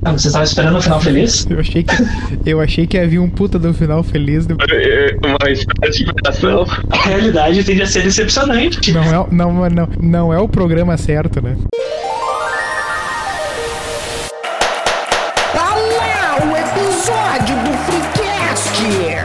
Você estava esperando um final feliz? Eu achei que havia um puta do final feliz. Uma explicação. A realidade tende a ser decepcionante. Não é o programa certo, né? Olá, o episódio do Freecast!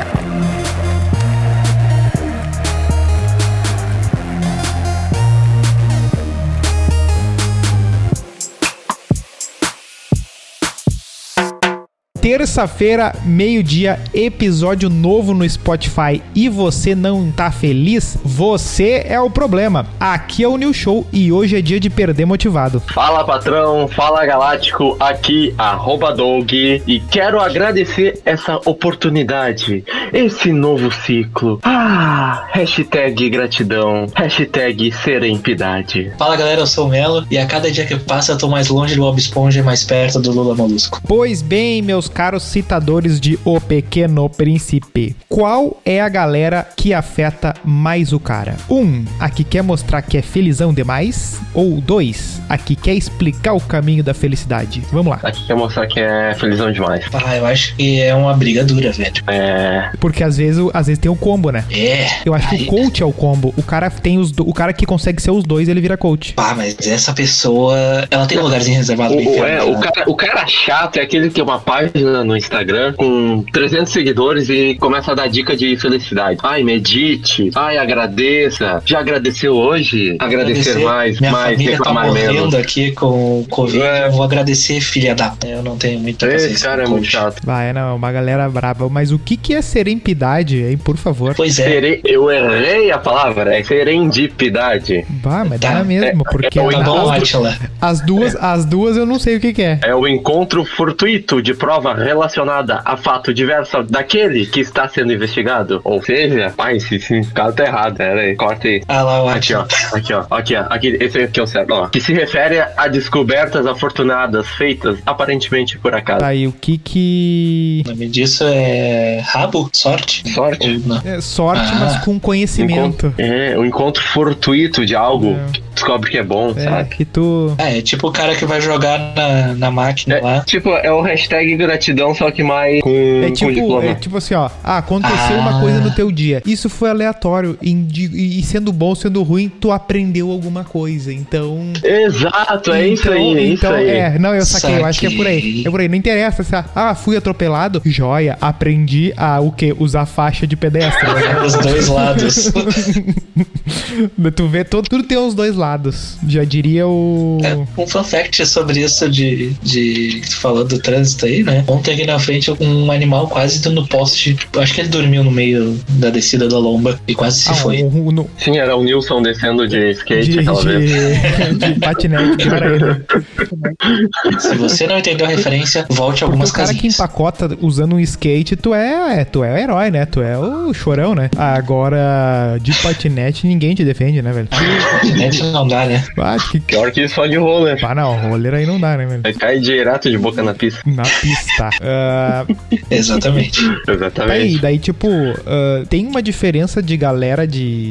Terça-feira, meio-dia, episódio novo no Spotify e você não tá feliz? Você é o problema. Aqui é o New Show e hoje é dia de perder motivado. Fala patrão, fala galáctico, aqui @Doug e quero agradecer essa oportunidade, esse novo ciclo. Hashtag gratidão, hashtag serempidade. Fala galera, eu sou o Melo e a cada dia que passa eu tô mais longe do Bob Esponja e mais perto do Lula Molusco. Pois bem, meus caros citadores de O Pequeno Príncipe, qual é a galera que afeta mais o cara? 1, a que quer mostrar que é felizão demais? Ou 2, a que quer explicar o caminho da felicidade? Vamos lá. A que quer mostrar que é felizão demais. Eu acho que é uma briga dura, velho. Porque às vezes tem o combo, né? É. Eu acho que o coach é o combo. O cara tem o cara que consegue ser os dois, ele vira coach. Mas essa pessoa, ela tem um lugarzinho reservado. O cara chato é aquele que tem uma página no Instagram com 300 seguidores e começa a dar dica de felicidade. Medite. Agradeça. Já agradeceu hoje? Agradecer mais, minha mais, família reclamar tá morrendo menos. Aqui com o Covid. Eu vou agradecer, filha da... Eu não tenho muita paciência. Esse cara é muito chato. Uma galera brava. Mas o que é serempidade, hein? Por favor. Pois é. Eu errei a palavra. É serendipidade. Mas dá mesmo, porque as duas eu não sei o que é. É o encontro fortuito de prova relacionada a fato diverso daquele que está sendo investigado. Ou seja, esse cara tá errado. Pera aí, corta aí. Lá o Aqui, esse aqui é o certo, ó. Que se refere a descobertas afortunadas feitas aparentemente por acaso. Tá aí, o que... O nome disso é rabo? Sorte? Sorte? É sorte, mas com conhecimento. O encontro fortuito de algo que descobre que é bom, sabe? Que tu... É tipo o cara que vai jogar na máquina lá. Tipo, é o hashtag gratidão, só que mais com diploma. É tipo assim, ó. Aconteceu uma coisa no teu dia. Isso foi aleatório. E sendo bom, sendo ruim, tu aprendeu alguma coisa. Então... Exato, isso aí. Não, eu saquei. Eu acho que é por aí. É por aí. Não interessa. Fui atropelado. Joia. Aprendi a o quê? Usar faixa de pedestre. Os dois lados. Tu vê, tudo tem os dois lados. Já diria o... Um fun fact sobre isso de falando do trânsito aí, né? Ontem aqui na frente um animal quase no poste. Acho que ele dormiu no meio da descida da lomba e quase se foi. Sim, era o Nilson descendo de skate aquela vez. De patinete, era ele. Se você não entendeu a referência, volte algumas casinhas. O cara que empacota usando um skate, tu é o herói, né? Tu é o chorão, né? Agora, de patinete, ninguém te defende, né, velho? Patinete não dá, né? Pior que isso, só de roller. Não, roller aí não dá, né, velho? Vai cair direto de boca na pista. Na pista. Exatamente. Daí, tipo, tem uma diferença de galera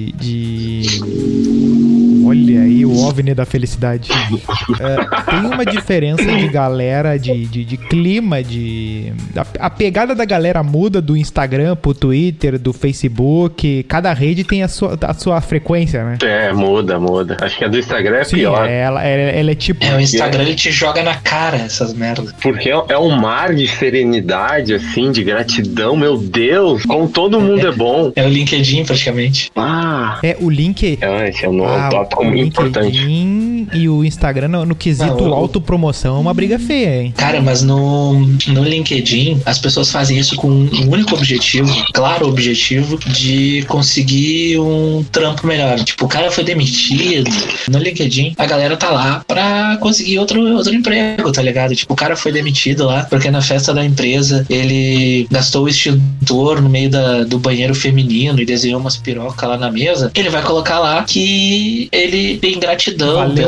Olha aí o OVNI da felicidade. Tem uma diferença de galera, de clima, a pegada da galera muda do Instagram pro Twitter, do Facebook. Cada rede tem a sua frequência, né? Muda. Acho que a do Instagram é pior. Ela é tipo... o Instagram ele te joga na cara essas merdas. Porque é um mar de serenidade, assim, de gratidão. Meu Deus, como todo mundo é bom. É o LinkedIn, praticamente. O link... Esse é um tópico muito importante. E o Instagram, no quesito autopromoção, é uma briga feia, hein? Cara, mas no LinkedIn, as pessoas fazem isso com um único objetivo, claro objetivo, de conseguir um trampo melhor. Tipo, o cara foi demitido. No LinkedIn, a galera tá lá pra conseguir outro emprego, tá ligado? Tipo, o cara foi demitido lá porque na festa da empresa ele gastou o extintor no meio do banheiro feminino e desenhou umas pirocas lá na mesa. Ele vai colocar lá que ele tem gratidão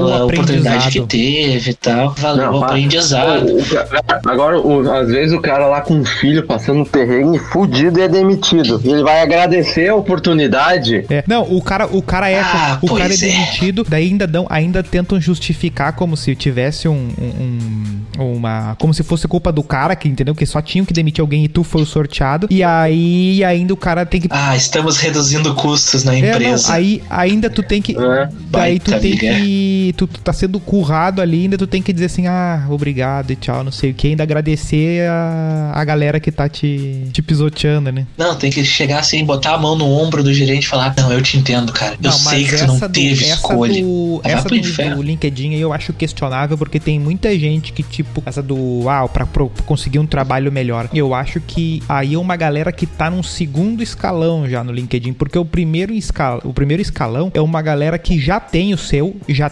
pela oportunidade que teve e tal. Valeu o aprendizado. Agora, às vezes o cara lá com um filho passando um terreno fudido e é demitido. E ele vai agradecer a oportunidade. Não, o cara é demitido, daí ainda tentam justificar como se tivesse como se fosse culpa do cara, que entendeu? Que só tinham que demitir alguém e tu foi o sorteado. E aí ainda o cara tem que... estamos reduzindo custos na empresa. Não, ainda tu tem que... Daí tu tem que... Tu tá sendo currado ali, ainda tu tem que dizer assim, obrigado e tchau, não sei o que, ainda agradecer a galera que tá te pisoteando, né? Não, tem que chegar assim, botar a mão no ombro do gerente e falar, não, eu te entendo, cara. Eu sei que tu não teve escolha. Essa do LinkedIn aí eu acho questionável, porque tem muita gente que, tipo, essa do, pra conseguir um trabalho melhor. Eu acho que aí é uma galera que tá num segundo escalão já no LinkedIn, porque o primeiro escalão é uma galera que já tem o seu, já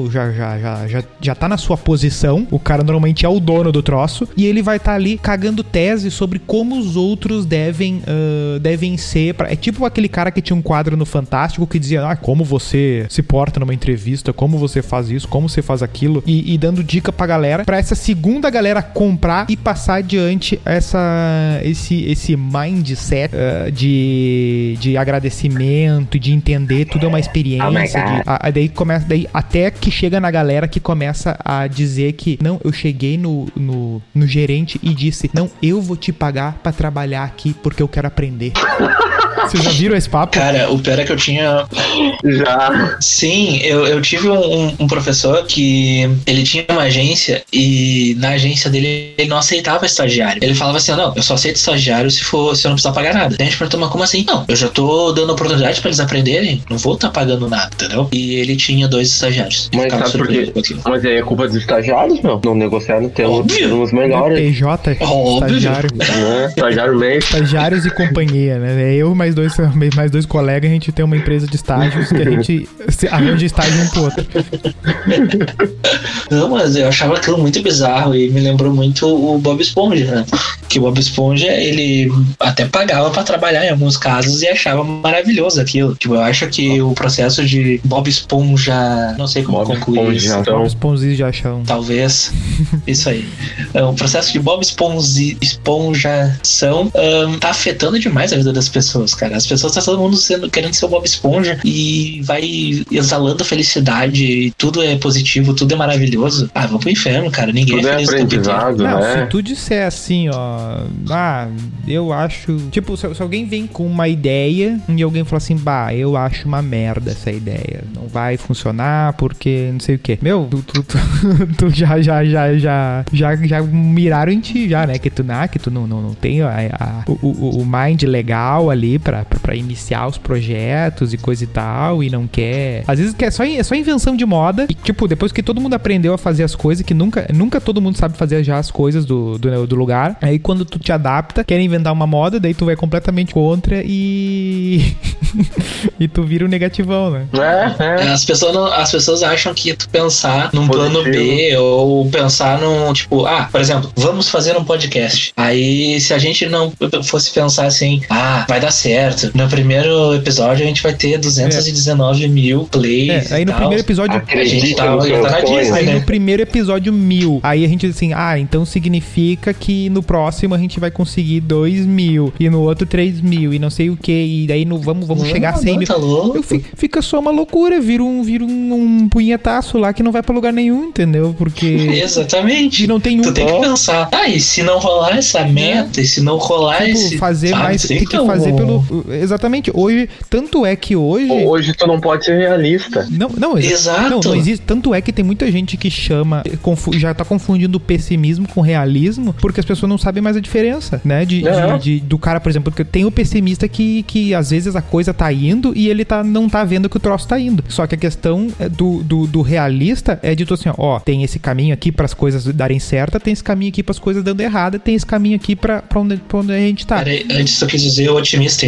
tá na sua posição, o cara normalmente é o dono do troço, e ele vai estar ali cagando tese sobre como os outros devem ser. É tipo aquele cara que tinha um quadro no Fantástico que dizia, como você se porta numa entrevista, como você faz isso, como você faz aquilo, e dando dica pra galera, pra essa segunda galera comprar e passar adiante esse mindset de agradecimento e de entender, tudo é uma experiência. Daí até que chega na galera que começa a dizer que, não, eu cheguei no gerente e disse, não, eu vou te pagar pra trabalhar aqui porque eu quero aprender. Vocês já viram esse papo? Cara, o pior é que eu tinha... Já. Sim, eu tive um professor que ele tinha uma agência e na agência dele ele não aceitava estagiário. Ele falava assim, não, eu só aceito estagiário se eu não precisar pagar nada. Daí a gente perguntou, mas como assim? Não, eu já tô dando oportunidade pra eles aprenderem, não vou estar pagando nada, entendeu? E ele tinha 2 estagiários. Mas sabe por quê? Mas aí é culpa dos estagiários, meu? Não negociaram termos melhores. PJ, estagiário. Estagiário mesmo. Estagiários e companhia, né? Eu mais dois colegas, a gente tem uma empresa de estágios que a gente arranja estágio um pro outro. Não, mas eu achava aquilo muito bizarro e me lembrou muito o Bob Esponja, né? Que o Bob Esponja, ele até pagava pra trabalhar em alguns casos e achava maravilhoso aquilo. Tipo, eu acho que o processo de Bob Esponja... Não sei como concluir isso. Bob Esponjação. Talvez. Isso aí. O processo de Bob Esponjação tá afetando demais a vida das pessoas, cara. As pessoas tá todo mundo querendo ser o Bob Esponja e vai exalando felicidade e tudo é positivo, tudo é maravilhoso. Vamos pro inferno, cara. Ninguém tudo é feliz. Aprendizado, não, né? Se tu disser assim, eu acho... Tipo, se alguém vem com uma ideia e alguém fala assim, eu acho uma merda essa ideia. Não vai funcionar porque não sei o quê. Meu, tu já miraram em ti já, né? Que tu não tem o mind legal ali pra iniciar os projetos e coisa e tal, e não quer... Às vezes é só invenção de moda, e tipo, depois que todo mundo aprendeu a fazer as coisas, que nunca todo mundo sabe fazer já as coisas do lugar, aí quando tu te adapta, querem inventar uma moda, daí tu vai completamente contra e tu vira um negativão, né? As pessoas acham que tu pensar num plano B ou pensar num, tipo, por exemplo, vamos fazer um podcast. Aí, se a gente não fosse pensar assim, vai dar certo, no primeiro episódio a gente vai ter 219 mil plays. Aí no primeiro episódio a gente tá na Disney, aí né? no primeiro episódio 1000, aí a gente diz assim, então significa que no próximo a gente vai conseguir 2000 e no outro 3000 e não sei o que, e daí vamos chegar a 100 mil. Tá louco. Fica só uma loucura, vira um punhetaço lá que não vai pra lugar nenhum, entendeu? Porque... Exatamente. E não tem tu tem que pensar, e se não rolar essa meta, e se não rolar esse... fazer mais, tem que fazer pelo... Exatamente, hoje, tanto é que hoje... Hoje tu não pode ser realista. Não, exato. Não existe, tanto é que tem muita gente que chama, já tá confundindo pessimismo com realismo, porque as pessoas não sabem mais a diferença, né? Do cara, por exemplo, porque tem o pessimista que às vezes a coisa tá indo e ele não tá vendo que o troço tá indo. Só que a questão do realista é de tu assim, tem esse caminho aqui para as coisas darem certo, tem esse caminho aqui para as coisas dando errado, tem esse caminho aqui para onde a gente tá. Peraí, antes tu quis dizer o otimista, então.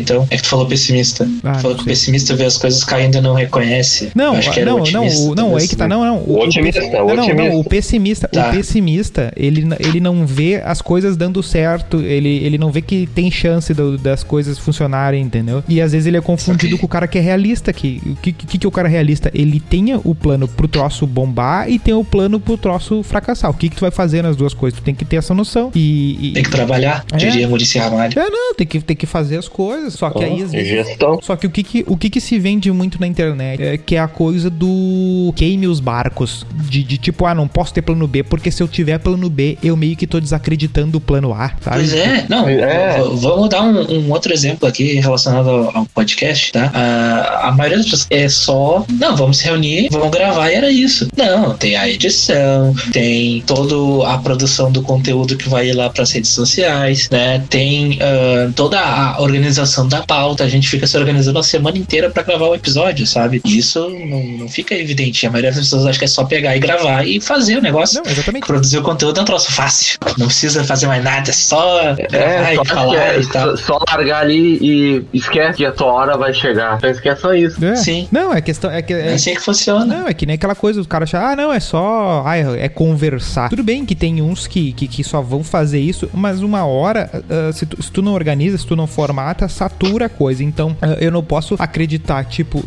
então? É que tu falou pessimista. Falou que o pessimista vê as coisas caindo e não reconhece. Não, acho que era não, aí que tá. O otimista. O pessimista. Tá. O pessimista, ele não vê as coisas dando certo, ele não vê que tem chance das coisas funcionarem, entendeu? E às vezes ele é confundido com o cara que é realista. O que é o cara realista? Ele tem o plano pro troço bombar e tem o plano pro troço fracassar. O que tu vai fazer nas duas coisas? Tu tem que ter essa noção. Tem que trabalhar, diria Muricy Ramalho. Não, tem que fazer as coisas. Só que aí às vezes... Gestão. Só que o que se vende muito na internet é que é a coisa do queime os barcos. De tipo, não posso ter plano B, porque se eu tiver plano B, eu meio que tô desacreditando o plano A, sabe? Pois é. Não, vamos dar um outro exemplo aqui relacionado ao podcast, tá? A maioria das pessoas é só, vamos se reunir, vamos gravar e era isso. Não, tem a edição, tem toda a produção do conteúdo que vai ir lá pras redes sociais, né? Tem toda a organização da pauta, a gente fica se organizando a semana inteira pra gravar o episódio, sabe? E isso não fica evidente. A maioria das pessoas acha que é só pegar e gravar e fazer o negócio. Não, exatamente. Produzir o conteúdo é um troço fácil. Não precisa fazer mais nada, é só gravar e falar e tal. Só largar ali e esquece que a tua hora vai chegar. Pensa que é só isso. Sim. Não, é questão... É assim que funciona. Não, é que nem aquela coisa, os caras acham, é só... é conversar. Tudo bem que tem uns que só vão fazer isso, mas uma hora, se tu não organiza, se tu não formata, satura a coisa. Então, eu não posso acreditar, tipo,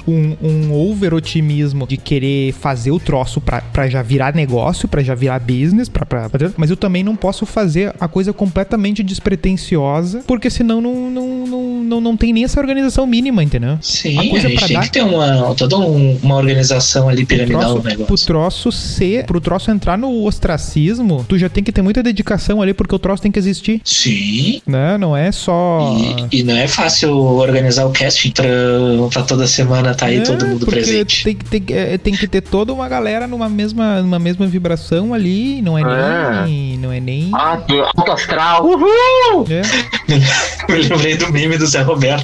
um over-otimismo de querer fazer o troço pra já virar negócio, pra já virar business, mas eu também não posso fazer a coisa completamente despretensiosa, porque senão não tem nem essa organização mínima, entendeu? Sim, a gente tem que ter toda uma organização ali piramidal no negócio. Pro troço entrar no ostracismo, tu já tem que ter muita dedicação ali, porque o troço tem que existir. Sim. Não é só... E não é fácil organizar o casting pra toda semana tá aí todo mundo presente. Tem que ter toda uma galera numa mesma vibração ali, não é nem... Alto astral! Uhul! Eu lembrei do meme do Zé Roberto.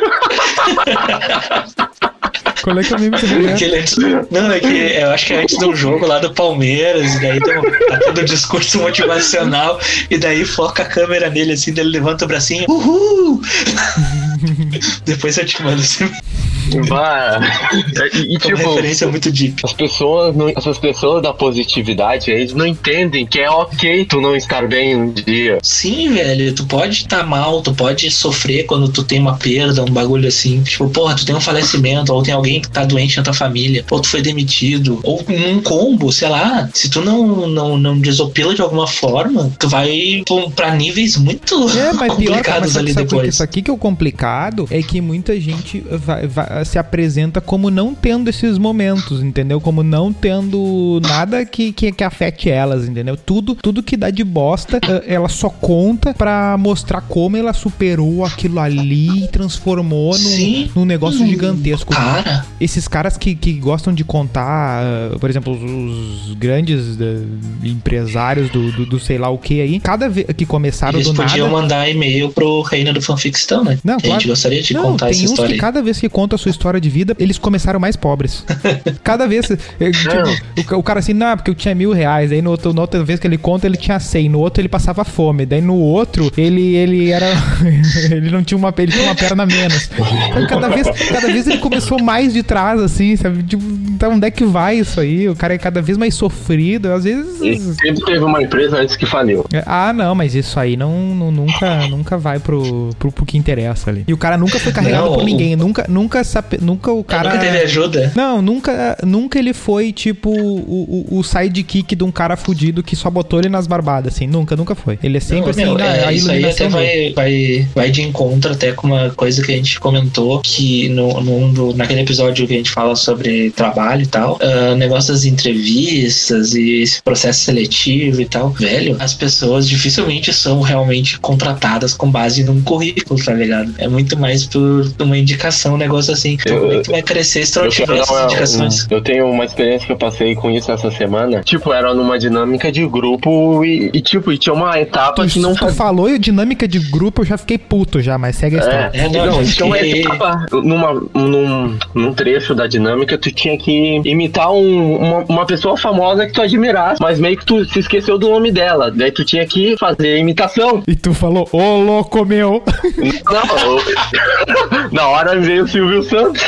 Qual é que é o meme do Roberto? Não, é que eu acho que é antes de um jogo lá do Palmeiras, e daí tá tendo um discurso motivacional, e daí foca a câmera nele assim, daí ele levanta o bracinho, uhul! Depois eu te mando assim. Tipo, referência muito deep. Essas pessoas da positividade, eles não entendem que é ok tu não estar bem um dia. Sim, velho, tu pode estar mal, tu pode sofrer quando tu tem uma perda, um bagulho assim, tipo, porra, tu tem um falecimento, ou tem alguém que tá doente na tua família, ou tu foi demitido, ou um combo, sei lá, se tu não desopila de alguma forma, tu vai pra níveis muito complicados ali depois. Isso aqui que é o complicado, é que muita gente se apresenta como não tendo esses momentos, entendeu? Como não tendo nada que afete elas, entendeu? Tudo que dá de bosta, ela só conta pra mostrar como ela superou aquilo ali e transformou num negócio gigantesco. Cara. Esses caras que gostam de contar, por exemplo, os grandes empresários do sei lá o que aí, cada vez que começaram eles do nada... Eles podiam mandar e-mail pro Reino do Fanfictão, né? Não, claro. A gente gostaria de contar essa história. Que cada vez que conta a sua história de vida, eles começaram mais pobres. Cada vez... o cara assim, porque eu tinha R$1.000. Aí na outra vez que ele conta, ele tinha 100. No outro, ele passava fome. Daí no outro, ele era... ele não tinha ele tinha uma perna a menos. Então, cada vez ele começou mais de trás, assim, sabe? Tipo, então onde é que vai isso aí? O cara é cada vez mais sofrido. Às vezes... Ele sempre teve uma empresa antes que faliu. Não, mas isso aí nunca vai pro que interessa ali. E o cara nunca foi carregado por ninguém. Nunca o cara... Nunca teve ajuda? Não, nunca ele foi, tipo, o sidekick de um cara fudido que só botou ele nas barbadas, assim. Nunca foi. Ele é sempre a isso aí até vai de encontro até com uma coisa que a gente comentou, que naquele episódio que a gente fala sobre trabalho e tal, negócio das entrevistas e esse processo seletivo e tal. Velho, as pessoas dificilmente são realmente contratadas com base num currículo, tá ligado? É muito mais por uma indicação, um negócio assim. assim. Então, como é que tu vai crescer se tu não tiver essas indicações? Eu tenho uma experiência que eu passei com isso essa semana. Tipo, era numa dinâmica de grupo e tinha uma etapa que não Tu falou dinâmica de grupo, eu já fiquei puto já, mas segue a história. Tinha uma etapa, num trecho da dinâmica, tu tinha que imitar uma pessoa famosa que tu admirasse, mas meio que tu se esqueceu do nome dela. Daí tu tinha que fazer a imitação. E tu falou, ô louco meu. Não, na hora veio o Silvio Santos.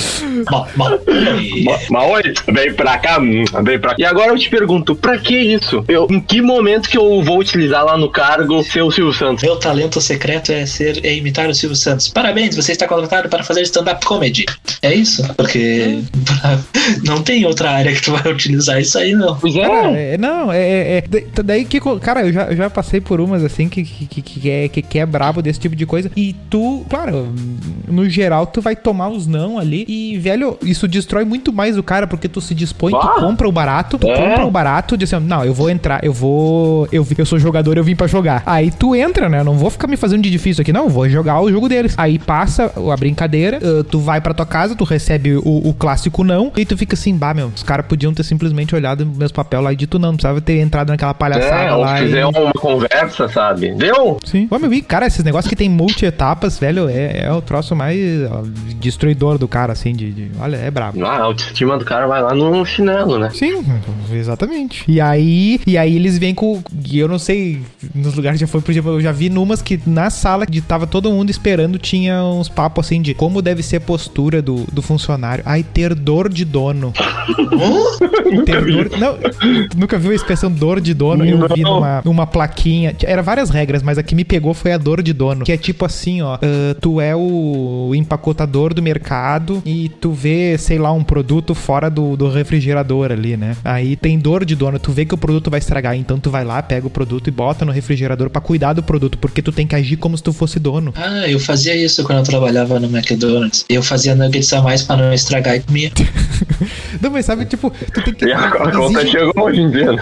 Oi, vem pra cá. E agora eu te pergunto, pra que isso? Em que momento que eu vou utilizar lá no cargo ser o Silvio Santos? Meu talento secreto é imitar o Silvio Santos. Parabéns, você está contratado para fazer stand-up comedy. É isso? Porque não tem outra área que tu vai utilizar isso aí, não. Pois é. Daí que, cara, eu já passei por umas assim que é brabo desse tipo de coisa. E tu, claro, no geral, tu vai tomar os não ali. E, velho, isso destrói muito mais o cara, porque tu se dispõe, tu compra o barato, diz assim, não, eu vou entrar, eu sou jogador, eu vim pra jogar. Aí tu entra, né? Eu não vou ficar me fazendo de difícil aqui, não, eu vou jogar o jogo deles. Aí passa a brincadeira, tu vai pra tua casa, tu recebe o clássico não, e tu fica assim, os caras podiam ter simplesmente olhado meus papéis lá e dito não precisava ter entrado naquela palhaçada lá. Ou fizer uma conversa, sabe? Deu? Sim. Cara, esses negócios que tem multi-etapas, velho, é o troço mais destruidor do cara, assim, olha, é brabo. A autoestima do cara vai lá no chinelo, né? Sim, exatamente. E aí eles vêm com, e eu não sei, nos lugares já foi, por exemplo, eu já vi numas que na sala que tava todo mundo esperando, tinha uns papos assim de como deve ser a postura do funcionário. Ai, ter dor de dono. Não, nunca viu a expressão dor de dono? Eu vi numa plaquinha. Era várias regras, mas a que me pegou foi a dor de dono. Que é tipo assim, ó. Tu é o empacotador do mercado e tu vê, sei lá, um produto fora do refrigerador ali, né? Aí tem dor de dono. Tu vê que o produto vai estragar, então tu vai lá, pega o produto e bota no refrigerador pra cuidar do produto, porque tu tem que agir como se tu fosse dono. Eu fazia isso quando eu trabalhava no McDonald's. Eu fazia nuggets a mais pra não estragar e comia. Não, mas sabe, tipo, tu tem que... E a conta chegou hoje em dia.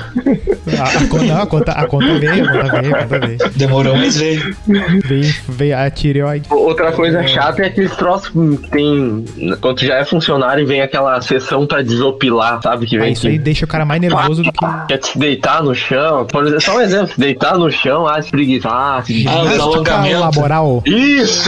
A conta veio. Demorou, mas veio. Veio a tireoide. Outra coisa chata é aqueles troços que tem... Quando tu já é funcionário e vem aquela sessão pra desopilar, sabe? Que vem isso aí deixa o cara mais nervoso do que... Quer te deitar no chão. Por exemplo, só um exemplo. Deitar no chão, espreguiçar. Os alongamentos. Laboral. Isso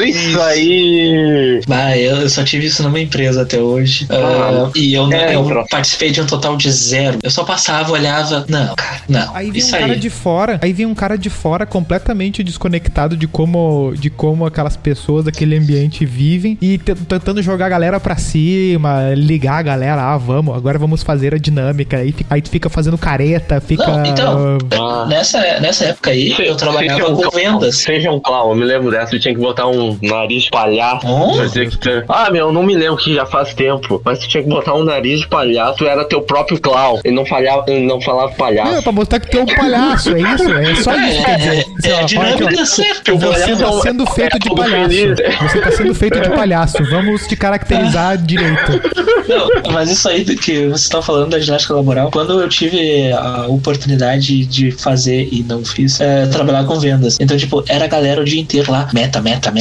aí! Eu só tive isso numa empresa até hoje. E eu participei de um total de 0. Eu só passava, olhava. Não, cara, não. Aí vinha um cara de fora completamente desconectado de como aquelas pessoas daquele ambiente vivem e tentando jogar a galera pra cima, ligar a galera, vamos, agora vamos fazer a dinâmica. Aí tu fica fazendo careta, fica... Não, então, nessa época aí, eu trabalhava com vendas. Seja um clown, eu me lembro dessa, tu tinha que botar um nariz de palhaço. Não me lembro que já faz tempo, mas tu tinha que botar um nariz de palhaço, tu era teu próprio clown, ele não falava palhaço. Não, pra mostrar que tu é um palhaço, é isso? É só isso, quer dizer. Você tá sendo feito de palhaço. Você tá sendo feito de palhaço, vamos te caracterizar direito. Não, mas isso aí que você tá falando da ginástica laboral, quando eu tive a oportunidade de fazer e não fiz, trabalhar com vendas. Então, tipo, era a galera o dia inteiro lá, meta.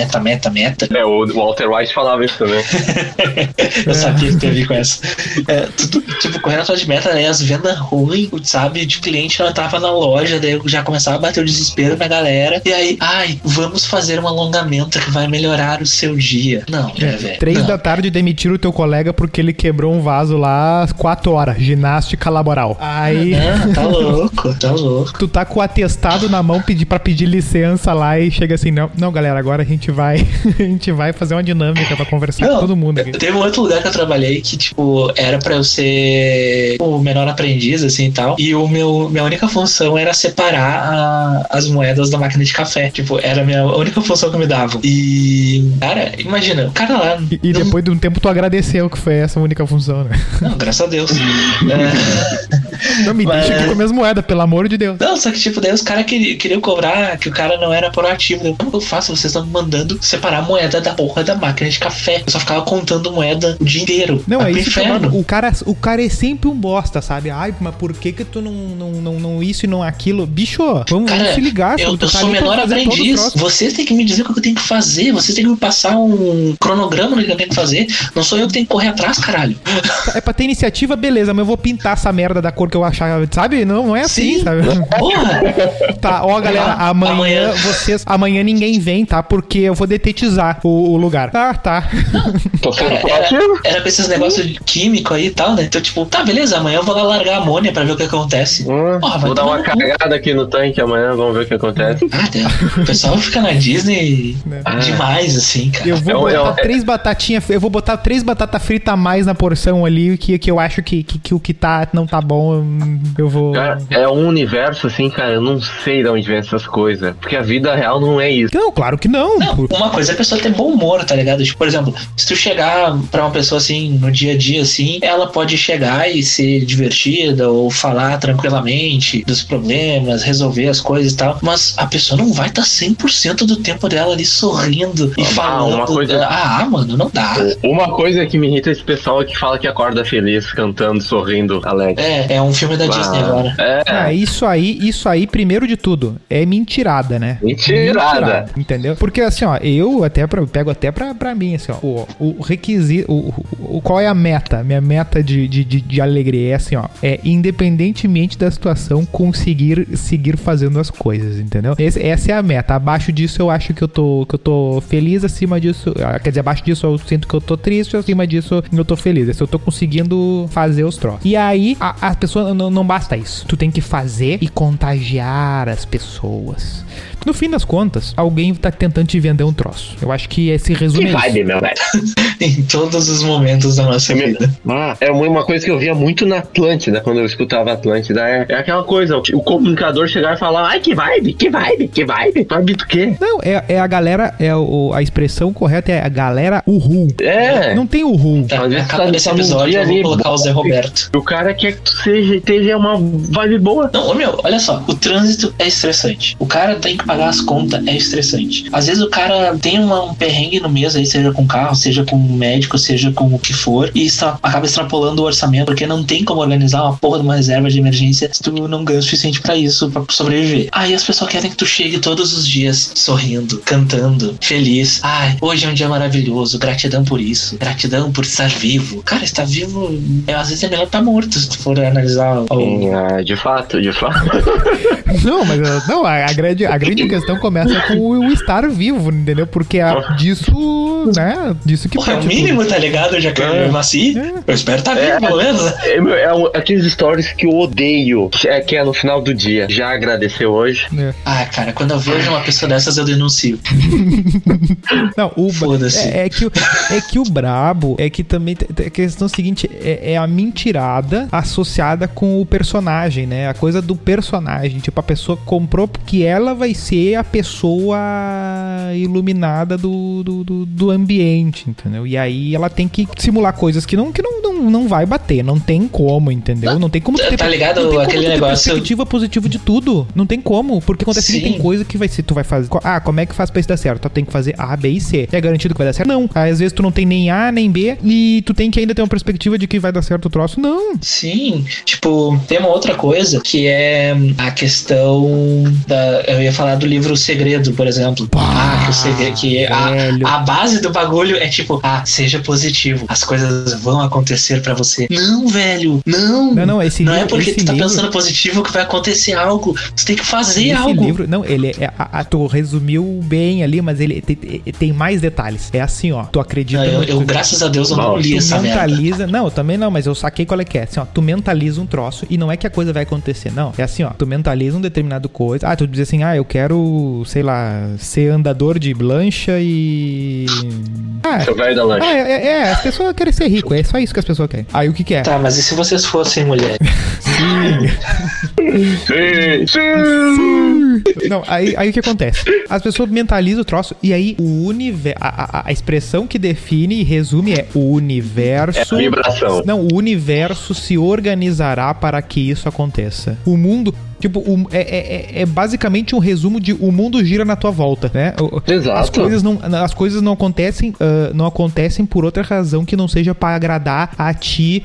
O Walter White falava isso também. Eu sabia que teve com essa. Tudo, tipo, correndo atrás de meta, né? As vendas ruins, sabe? De cliente não entrava na loja, daí já começava a bater o desespero na galera. E aí, vamos fazer um alongamento que vai melhorar o seu dia. Não, velho. 3 da tarde demitiram o teu colega porque ele quebrou um vaso lá às 4 horas. Ginástica laboral. Aí. Tá louco. Tu tá com o atestado na mão pra pedir licença lá e chega assim, não, galera, agora a gente vai fazer uma dinâmica pra conversar com todo mundo aqui. Teve um outro lugar que eu trabalhei que, tipo, era pra eu ser o menor aprendiz, assim, e tal, e minha única função era separar as moedas da máquina de café. Tipo, era a minha única função que me davam. E, cara, imagina, o cara lá... E depois de um tempo tu agradeceu que foi essa a única função, né? Não, graças a Deus. Não me deixa aqui com as minhas moedas, pelo amor de Deus. Não, só que, tipo, daí os caras queriam cobrar que o cara não era proativo. Como eu faço? Vocês estão me mandando separar a moeda da porra da máquina de café. Eu só ficava contando moeda o dia inteiro. Não, é isso. O cara é sempre um bosta, sabe? Ai, mas por que tu não isso e não aquilo? Bicho, vamos se ligar. Eu sou menor aprendiz. Vocês têm que me dizer o que eu tenho que fazer. Vocês têm que me passar um cronograma no bagulho que eu tenho que fazer. Não sou eu que tenho que correr atrás, caralho. É pra ter iniciativa, beleza, mas eu vou pintar essa merda da cor que eu achar, sabe? Não é assim, Sim. sabe? Porra! Tá, ó, galera, amanhã ninguém vem, tá? Porque eu vou detetizar o lugar. Tá. Tô sendo Cara, proativo. era pra esses negócios de químico aí e tal, né? Então, tipo, tá, beleza, amanhã eu vou lá largar amônia pra ver o que acontece. Porra, vai Vou dar tomar uma no cu. carregada aqui no tanque amanhã, vamos ver o que acontece. O pessoal fica na Disney demais, assim, cara. Eu vou botar 3 batatinhas, eu vou botar 3 batatas fritas a mais na porção ali, que eu acho que o que não tá bom, eu vou... Cara, é um universo assim, cara, eu não sei de onde vem essas coisas. Porque a vida real não é isso. Não, claro que não. Não, uma coisa é a pessoa ter bom humor, tá ligado? Tipo, por exemplo, se tu chegar pra uma pessoa assim, no dia a dia, assim, ela pode chegar e ser divertida ou falar tranquilamente dos problemas, resolver as coisas e tal, mas a pessoa não vai estar 100% do tempo dela ali sorrindo e falando. Uma coisa... mano, não dá. Uma coisa que me irrita é esse pessoal que fala que acorda feliz, cantando, sorrindo, alegre. É um filme da Disney agora. Isso aí, primeiro de tudo, é mentirada, né? Mentirada. Entendeu? Porque assim, ó, eu pego até pra mim, assim, ó, o requisito, qual é a meta? Minha meta de alegria é assim, ó, é independentemente da situação, conseguir seguir fazendo as coisas, entendeu? Essa é a meta. Abaixo disso eu acho que eu tô feliz, acima disso, quer dizer, abaixo disso eu sinto que eu tô triste, acima disso eu tô feliz. Se eu tô conseguindo fazer os troços. E aí, a pessoa não basta isso. Tu tem que fazer e contagiar as pessoas. No fim das contas, alguém tá tentando te vender um troço. Eu acho que esse resume Que vibe, meu velho. Em todos os momentos da nossa vida. É uma coisa que eu via muito na Atlântida, quando eu escutava Atlântida. É aquela coisa, o comunicador chegar e falar, ai, que vibe. Vibe do quê? Não, é a galera, a expressão correta é a galera uhul. Não tem uhul. Tá, Às vezes acaba nesse episódio, eu vou colocar o Zé Roberto. O cara quer que tu esteja uma vibe boa. Não, meu, olha só, o trânsito é estressante. O cara tem que pagar as contas, é estressante. Às vezes o cara tem um perrengue no mês aí, seja com carro, seja com médico, seja com o que for, e acaba extrapolando o orçamento, porque não tem como organizar uma porra de uma reserva de emergência se tu não ganha o suficiente pra isso, pra sobreviver. Aí as pessoas querem que tu chegue todos os dias sorrindo, cantando, feliz. Ai, hoje é um dia maravilhoso, gratidão por isso, gratidão por estar vivo. Cara, estar vivo, às vezes é melhor estar morto, se tu for analisar De fato. Não, mas a grande questão começa com o estar vivo, entendeu? Porque disso, né? Disso que porra, é o mínimo, tá ligado? Já que eu nasci, eu espero estar vivo, pelo menos. Aqueles stories que eu odeio, que é no final do dia. Já agradeceu hoje? Ah, cara, quando eu vejo uma pessoa dessas, eu denuncio. Não, foda-se. É que o brabo é que também a questão seguinte é a mentirada associada com o personagem, né? A coisa do personagem. Tipo, a pessoa comprou porque ela vai ser a pessoa iluminada do ambiente, entendeu? E aí ela tem que simular coisas que não vai bater, não tem como, entendeu? Não tem como ter, tá ligado aquele negócio, perspectiva positiva de tudo. Não tem como, porque acontece que tem coisa que vai ser, tu vai fazer. Ah, como é que faz pra isso dar certo? Tu tem que fazer A, B e C. É garantido que vai dar certo? Não. Às vezes tu não tem nem A, nem B e tu tem que ainda ter uma perspectiva de que vai dar certo o troço. Não. Sim. Tipo, tem uma outra coisa que é a questão eu ia falar do livro O Segredo, por exemplo. Que o segredo, que a base do bagulho é tipo, seja positivo, as coisas vão acontecer pra você. Não, velho, não. Não, não é porque tu tá pensando positivo que vai acontecer algo. Você tem que fazer algo. Livro, não, ele tu resumiu bem ali, mas ele tem mais detalhes. É assim, ó, tu acredita... Eu graças a Deus, eu não li essa merda. Não, também não, mas eu saquei qual é que é. Assim, ó, tu mentaliza um troço e não é que a coisa vai acontecer, não. É assim, ó, tu mentaliza um determinado coisa. Tu diz assim, eu quero, sei lá, ser andador de lancha e... Seu velho da lancha. As pessoas querem ser rico, é só isso que as pessoas querem. Aí o que é? Tá, mas e se vocês fossem mulher? Sim. Não, aí o que acontece? As pessoas mentalizam o troço e aí o universo, a expressão que define e resume é o universo... É a vibração. Não, o universo se organizará para que isso aconteça. O mundo... Tipo, é basicamente um resumo de o mundo gira na tua volta, né? Exato. As coisas não acontecem por outra razão que não seja pra agradar a ti,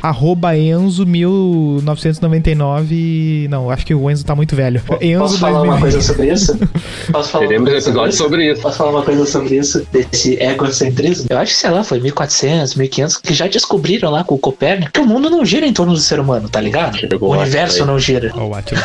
@Enzo1999. Não, acho que o Enzo tá muito velho. Enzo Posso falar 2020. uma coisa sobre isso? Teremos episódio sobre isso. Posso falar uma coisa sobre isso? Desse egocentrismo? Eu acho que, sei lá, foi 1400, 1500 que já descobriram lá com o Copérnico que o mundo não gira em torno do ser humano, tá ligado? O universo não gira. Ó, o Átila.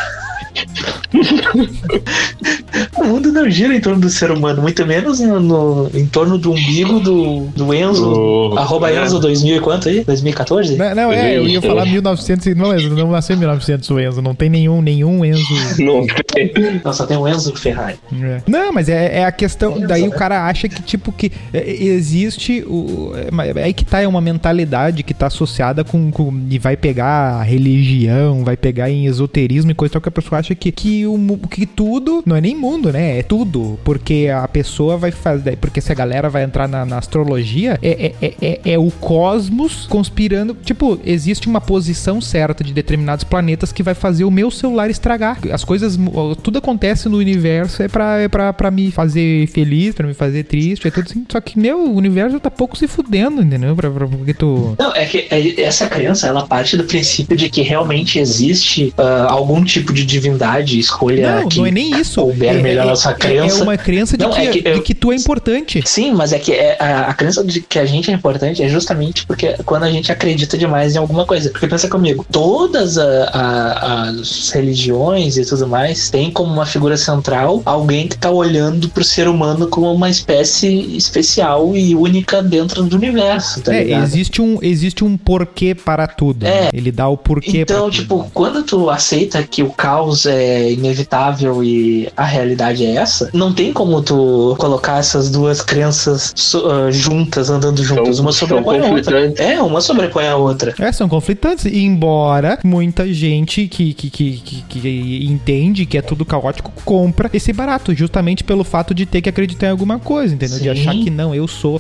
O mundo não gira em torno do ser humano, muito menos em torno do umbigo do Enzo, @Enzo 2000 e quanto aí? 2014? Não, eu ia falar 1900 e não nasceu em 1900 o Enzo, não tem nenhum Enzo. Não tem. Não, só tem o Enzo Ferrari. Não, mas é a questão, daí o cara acha que tipo que existe aí que tá, é uma mentalidade que tá associada com e vai pegar a religião, vai pegar em esoterismo e coisa tal, que a pessoa acha que tudo, não é nem mundo, né? É tudo. Porque a pessoa vai fazer. Porque se a galera vai entrar na astrologia, é o cosmos conspirando. Tipo, existe uma posição certa de determinados planetas que vai fazer o meu celular estragar. As coisas. Tudo acontece no universo pra me fazer feliz, pra me fazer triste, é tudo assim. Só que, o universo tá pouco se fudendo, entendeu? Porque tu. Não, é que essa crença, ela parte do princípio de que realmente existe algum tipo de divindade, escolha. Não é nem isso. Couber melhor na sua crença. É uma crença de que tu é importante. Sim, mas é que a crença de que a gente é importante é justamente porque quando a gente acredita demais em alguma coisa. Porque pensa comigo, todas as religiões e tudo mais têm como uma figura central alguém que tá olhando pro ser humano como uma espécie especial e única dentro do universo, tá ligado? Existe um porquê para tudo. Né? Ele dá o porquê então, pra tipo, tudo. quando tu aceita que o caos é inevitável e a realidade é essa, não tem como tu colocar essas duas crenças juntas, andando juntas. Uma sobrepõe a outra. Uma sobrepõe a outra. São conflitantes. Embora muita gente que entende que é tudo caótico compra esse barato, justamente pelo fato de ter que acreditar em alguma coisa, entendeu? Sim. De achar que não, eu sou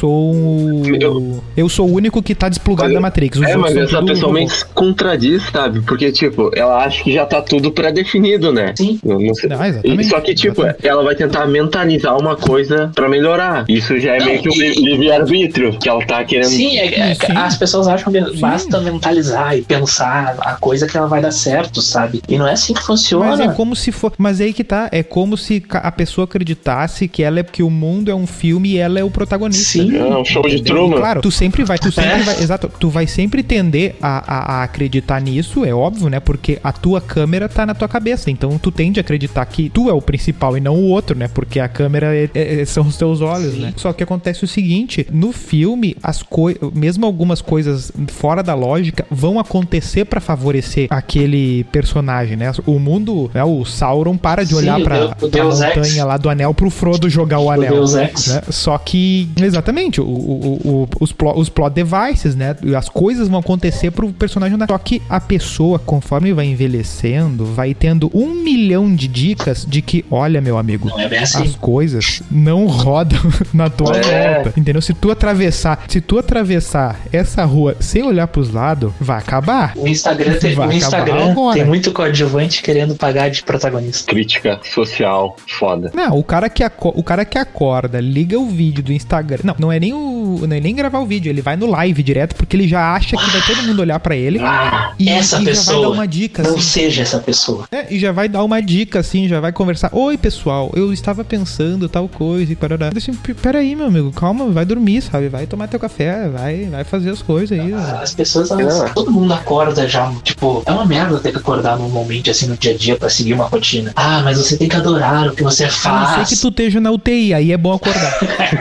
o único que tá desplugado da Matrix. Mas essa pessoa meio que contradiz, sabe? Porque, tipo, ela acha que já tá tudo pré-definido, né? Sim. Não sei. Não, exatamente. Só que, tipo, ela vai tentar mentalizar uma coisa pra melhorar. Isso já é meio que um livre-arbítrio que ela tá querendo. Sim, as pessoas acham que basta mentalizar e pensar a coisa que ela vai dar certo, sabe? E não é assim que funciona. Mas é como se for. Mas aí que tá. É como se a pessoa acreditasse que o mundo é um filme e ela é o protagonista. Sim. É um show de Truman. Claro, tu sempre vai. Exato. Tu vai sempre tender a acreditar nisso, é óbvio, né? Porque a tua câmera tá na tua cabeça. Então tu tende a acreditar que tu é o principal e não o outro, né? Porque a câmera são os teus olhos, Sim. né? Só que acontece o seguinte: no filme, mesmo algumas coisas fora da lógica vão acontecer pra favorecer aquele personagem, né? O mundo, né? O Sauron para de olhar pra montanha lá do anel pro Frodo jogar o anel. Deus Ex. Né? Só que, exatamente, os plot devices, né? As coisas vão acontecer pro personagem andar. Só que a pessoa, conforme vai envelhecendo, vai tendo 1 milhão de dicas de que, olha, meu amigo, não é bem assim. As coisas não rodam na tua volta. Entendeu? Se tu atravessar essa rua sem olhar pros lados, vai acabar. O Instagram tem muito coadjuvante querendo pagar de protagonista. Crítica social foda. Não, o cara que acorda, liga o vídeo do Instagram. Não é nem gravar o vídeo, ele vai no live direto porque ele já acha que vai todo mundo olhar pra ele. Essa pessoa. Já vai dar uma dica, não assim. seja essa pessoa. E já vai dar uma dica, assim, já vai conversar. Oi, pessoal, eu estava pensando tal coisa e parará. Assim, peraí, meu amigo, calma, vai dormir, sabe? Vai tomar teu café, vai fazer as coisas aí. As pessoas, todo mundo acorda já, tipo, é uma merda ter que acordar normalmente, assim, no dia a dia pra seguir uma rotina. Mas você tem que adorar o que você faz. A não ser que tu esteja na UTI, aí é bom acordar.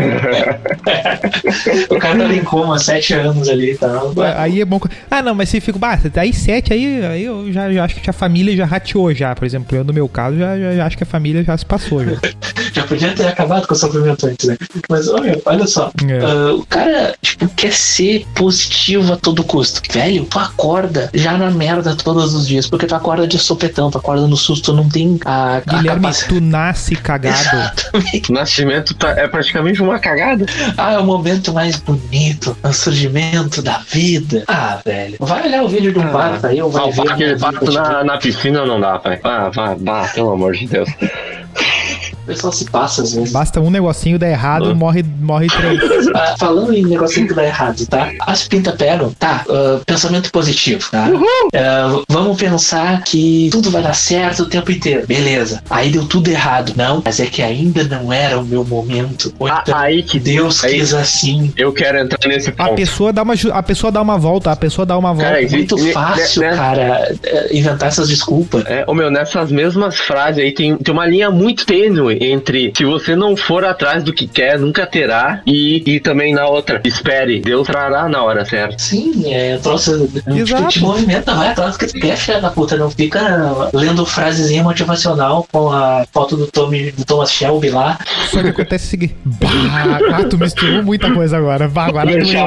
O cara tá em coma há 7 anos ali e tal. Aí é bom. Não, mas se fica, aí 7, aí eu já acho que a família já rateou já, por exemplo. Eu, no meu caso, já acho que a família já se passou já. Já podia ter acabado com o sofrimento antes, né? Mas olha só. O cara, tipo, quer ser positivo a todo custo. Velho, tu acorda já na merda todos os dias, porque tu acorda de sopetão, tu acorda no susto, tu não tem a Guilherme, tu nasce cagado. Exatamente. O nascimento é praticamente uma cagada. É o momento mais bonito, o surgimento da vida. Velho. Vai olhar o vídeo de um parto aí, ou vai ver. Aquele parto na piscina não dá, pai. Vai, pelo amor de Deus. O pessoal se passa às vezes. Basta um negocinho dar errado, morre 3. Falando em negocinho que dá errado, tá? As pintas pegam, tá? Pensamento positivo, tá? Vamos pensar que tudo vai dar certo o tempo inteiro. Beleza. Aí deu tudo errado. Não, mas é que ainda não era o meu momento. Então, aí que Deus quis assim. Eu quero entrar nesse ponto. A pessoa dá uma volta. Cara, É muito fácil, cara, inventar essas desculpas. Nessas mesmas frases aí tem uma linha muito tênue entre se você não for atrás do que quer, nunca terá, e também na outra, espere, Deus trará na hora certa. Sim, troço. Tipo, te movimenta, vai atrás do que tu quer, filha da puta. Não fica lendo frasezinha motivacional com a foto do Thomas Shelby lá. Só que acontece o seguinte: tu misturou muita coisa agora. Agora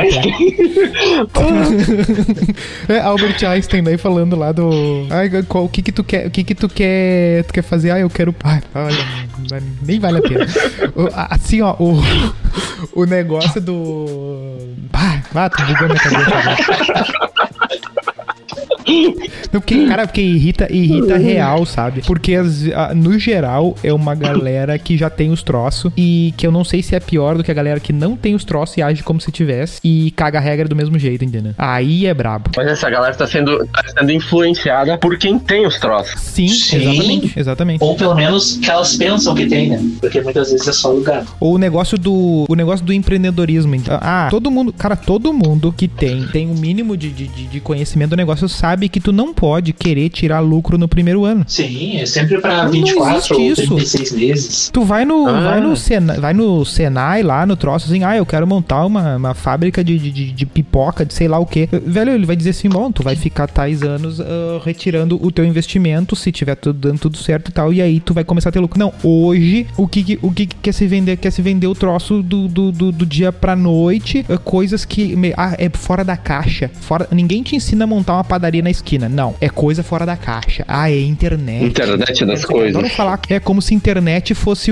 Albert Einstein daí falando lá do. O que tu quer? O que tu quer fazer? Eu quero. Olha, nem vale a pena. Assim, ó, o negócio do. Tu bugou minha cabeça agora. Porque irrita real, sabe? Porque no geral é uma galera que já tem os troços e que eu não sei se é pior do que a galera que não tem os troços e age como se tivesse e caga a regra do mesmo jeito, entendeu? Aí é brabo. Mas essa galera tá sendo influenciada por quem tem os troços. Sim. Exatamente. Ou pelo menos que elas pensam que tem, né? Porque muitas vezes é só lugar. Ou o negócio do empreendedorismo. Então, todo mundo que tem um mínimo de conhecimento do negócio sabe que tu não pode querer tirar lucro no primeiro ano. Sim, é sempre pra 24 ou 36 meses. Tu vai no Senai lá, no troço, assim, eu quero montar uma fábrica de pipoca, de sei lá o quê. Velho, ele vai dizer assim, bom, tu vai ficar tais anos retirando o teu investimento, se tiver dando tudo certo e tal, e aí tu vai começar a ter lucro. Não, hoje, o que quer se vender? Quer se vender o troço do dia pra noite, coisas que, é fora da caixa. Ninguém te ensina a montar uma padaria na esquina. Não, é coisa fora da caixa. É internet. Internet das coisas. Adoro falar que é como se internet fosse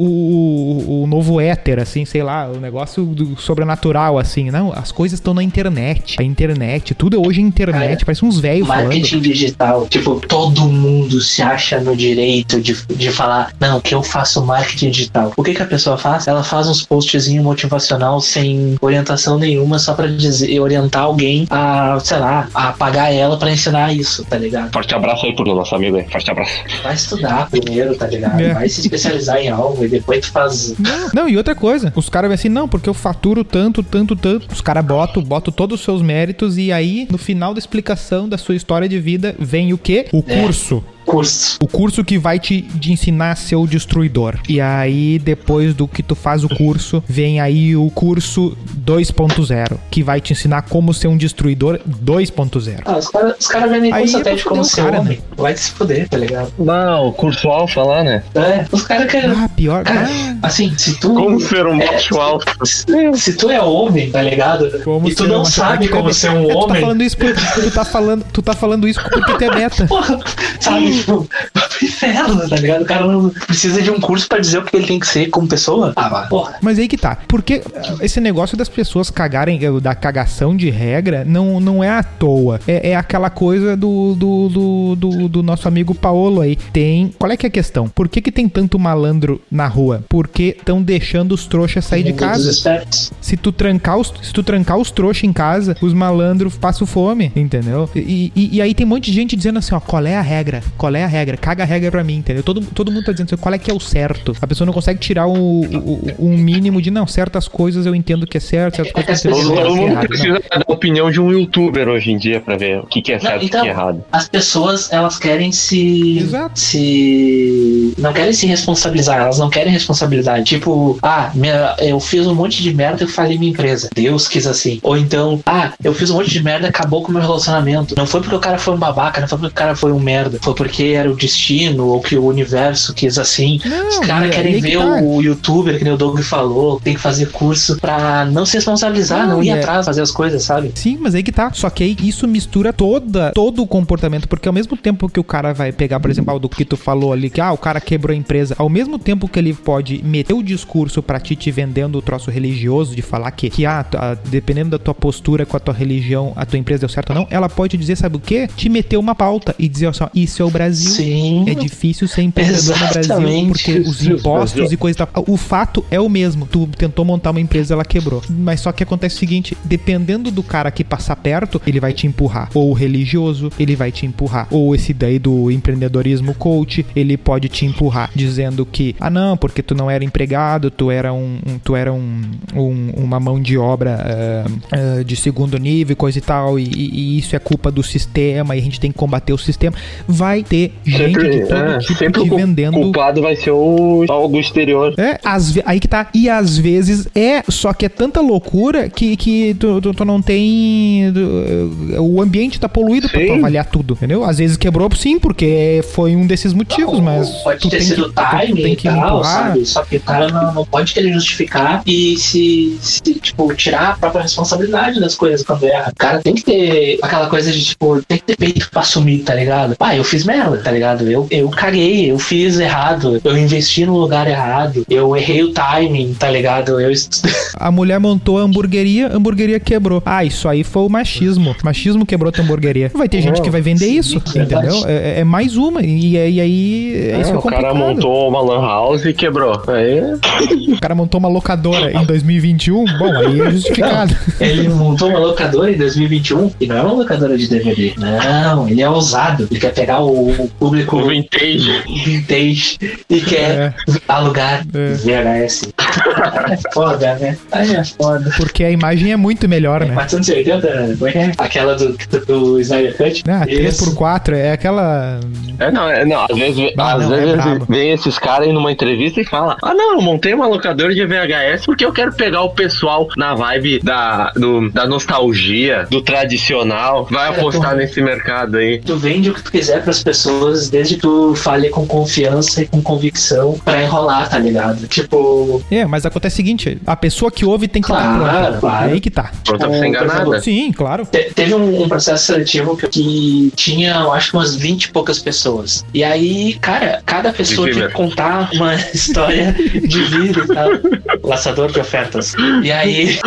o novo éter, assim, sei lá, o negócio sobrenatural, assim. Não, as coisas estão na internet. A internet, tudo hoje é internet, parece uns velhos falando. Marketing digital, tipo, todo mundo se acha no direito de falar, não, que eu faço marketing digital. O que a pessoa faz? Ela faz uns postzinhos motivacional sem orientação nenhuma, só pra orientar alguém a, sei lá, a pagar ela pra ensinar isso, tá ligado? Forte abraço aí pro nosso amigo aí, forte abraço. Vai estudar primeiro, tá ligado? Vai se especializar em algo e depois tu faz... Não, e outra coisa, os caras vão assim, não, porque eu faturo tanto, os caras botam todos os seus méritos e aí, no final da explicação da sua história de vida, vem o quê? O curso. curso. O curso que vai te ensinar a ser o destruidor. E aí, depois do que tu faz o curso, vem aí o curso 2.0, que vai te ensinar como ser um destruidor 2.0. Ah, os caras vendem curso até de como ser cara, homem. né? Vai se fuder, tá ligado? Não, o curso alfa lá, né? É, os caras querem... Ah, pior. Cara, assim, se tu... Como ser um macho alfa? Se tu é homem, tá ligado? Como E tu ser não um sabe macho- como ser um Tu tá homem... falando isso porque tu tá falando isso porque tu é beta. Porra, sabe, tipo, pro inferno, tá ligado? O cara não precisa de um curso pra dizer o que ele tem que ser como pessoa. Ah, vai. Porra. Mas aí que tá. Porque esse negócio das pessoas cagarem, da cagação de regra, não é à toa. É aquela coisa do nosso amigo Paolo aí. Qual é que é a questão? Por que tem tanto malandro na rua? Porque estão deixando os trouxas sair de casa. Se tu trancar os trouxas em casa, os malandros passam fome, entendeu? E aí tem um monte de gente dizendo assim, ó, qual é a regra? Qual é a regra? Caga a regra pra mim, entendeu? Todo mundo tá dizendo assim, qual é que é o certo? A pessoa não consegue tirar um mínimo de, não, certas coisas eu entendo que é certo, certas coisas eu entendo que é Todo mundo errado. precisa da opinião de um youtuber hoje em dia pra ver o que é certo e o que é errado. As pessoas, elas querem se não querem se responsabilizar, elas não querem responsabilidade. Tipo, eu fiz um monte de merda e falei minha empresa. Deus quis assim. Ou então, eu fiz um monte de merda e acabou com o meu relacionamento. Não foi porque o cara foi um babaca, não foi porque o cara foi um merda. Foi porque era o destino ou que o universo quis assim. Os caras querem ver o youtuber, que nem o Doug falou, tem que fazer curso pra não se responsabilizar, não ir atrás, fazer as coisas, sabe? Sim, mas aí que tá. Só que aí isso mistura todo o comportamento, porque ao mesmo tempo que o cara vai pegar, por exemplo, do que tu falou ali, que o cara quebrou a empresa, ao mesmo tempo que ele pode meter o discurso pra te vendendo o troço religioso, de falar que dependendo da tua postura com a tua religião, a tua empresa deu certo ou não, ela pode dizer, sabe o quê? Te meter uma pauta e dizer, ó, isso é o Brasil. Sim. É difícil ser empreendedor no Brasil, porque os impostos e coisa e tal. O fato é o mesmo. Tu tentou montar uma empresa, ela quebrou. Mas só que acontece o seguinte, dependendo do cara que passar perto, ele vai te empurrar. Ou o religioso, ele vai te empurrar. Ou esse daí do empreendedorismo coach, ele pode te empurrar, dizendo que, não, porque tu não era empregado, tu era uma mão de obra de segundo nível, coisa e tal, e isso é culpa do sistema, e a gente tem que combater o sistema. Vai ter gente de todo tipo te vendendo. O culpado vai ser algo exterior. Aí que tá. E às vezes só que é tanta loucura que tu não tem. O ambiente tá poluído pra tu avaliar tudo, entendeu? Às vezes quebrou, sim, porque foi um desses motivos, mas. Pode ter sido timing e tal, sabe? Só que o cara não pode querer justificar e tipo, tirar a própria responsabilidade das coisas quando erra. O cara tem que ter aquela coisa de, tipo, tem que ter peito pra assumir, tá ligado? Eu fiz merda, tá ligado? Eu caguei, eu fiz errado, eu investi no lugar errado, eu errei o timing, tá ligado? A mulher montou a hamburgueria quebrou. Isso aí foi o machismo. Machismo quebrou a hamburgueria. Vai ter gente que vai vender isso, entendeu? É mais uma. E aí isso é complicado. O cara montou uma lan house e quebrou. Aí... O cara montou uma locadora em 2021, bom, aí é justificado. Não, ele montou uma locadora em 2021 e não é uma locadora de DVD. Não, ele é ousado. Ele quer pegar o público... O vintage. E quer alugar VHS. É foda, né? Aí é foda. Porque a imagem é muito melhor, né? 480, como é que é? Aquela do Snyder Cut? 3x4, é aquela... Às vezes vem esses caras aí numa entrevista e fala, eu montei uma locadora de VHS porque eu quero pegar o pessoal na vibe da nostalgia, do tradicional, vai apostar nesse mercado aí. Tu vende o que tu quiser pras pessoas, desde que tu fale com confiança e com convicção pra enrolar, tá ligado? Tipo... mas acontece o seguinte, a pessoa que ouve tem que estar pronta. É aí que tá. Pronta pra ser enganada. Sim, claro. Teve um processo seletivo que tinha, eu acho que umas 20 e poucas pessoas. E aí, cara, cada pessoa tinha que contar uma história de vida e tal. Laçador de ofertas. E aí,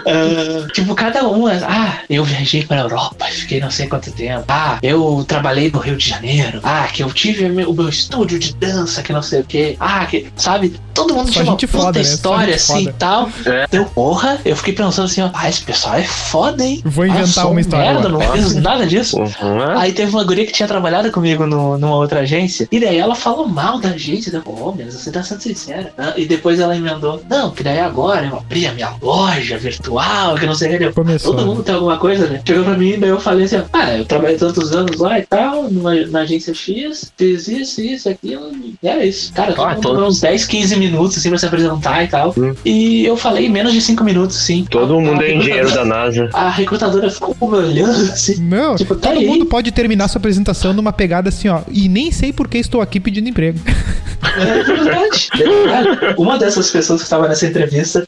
tipo, cada uma, eu viajei pra Europa, fiquei não sei quanto tempo. Eu trabalhei no Rio de Janeiro. Que eu tive o meu estúdio de dança, que não sei o quê. Sabe? Todo mundo tinha uma puta história assim e tal. Então, porra, eu fiquei pensando assim, esse pessoal é foda, hein? Vou inventar uma história. Merda, não fiz nada disso. Aí teve uma guria que tinha trabalhado comigo numa outra agência, e daí ela falou mal da agência. Mas você tá sendo sincera. E depois ela emendou, não, que daí agora eu abri a minha loja virtual, que não sei o que. Todo mundo tem alguma coisa, né? Chegou pra mim, daí eu falei assim, eu trabalhei tantos anos lá e tal, na agência X, fiz isso, aquilo, e era isso. Cara, todo mundo uns 10, 15 minutos, assim, pra se apresentar e tal. E eu falei menos de 5 minutos, assim. Todo mundo é engenheiro da NASA. A recrutadora ficou me olhando, assim. Não, tipo, todo mundo pode terminar sua apresentação numa pegada assim, e nem sei por que estou aqui pedindo emprego. É verdade. Uma dessas pessoas que estava nessa entrevista,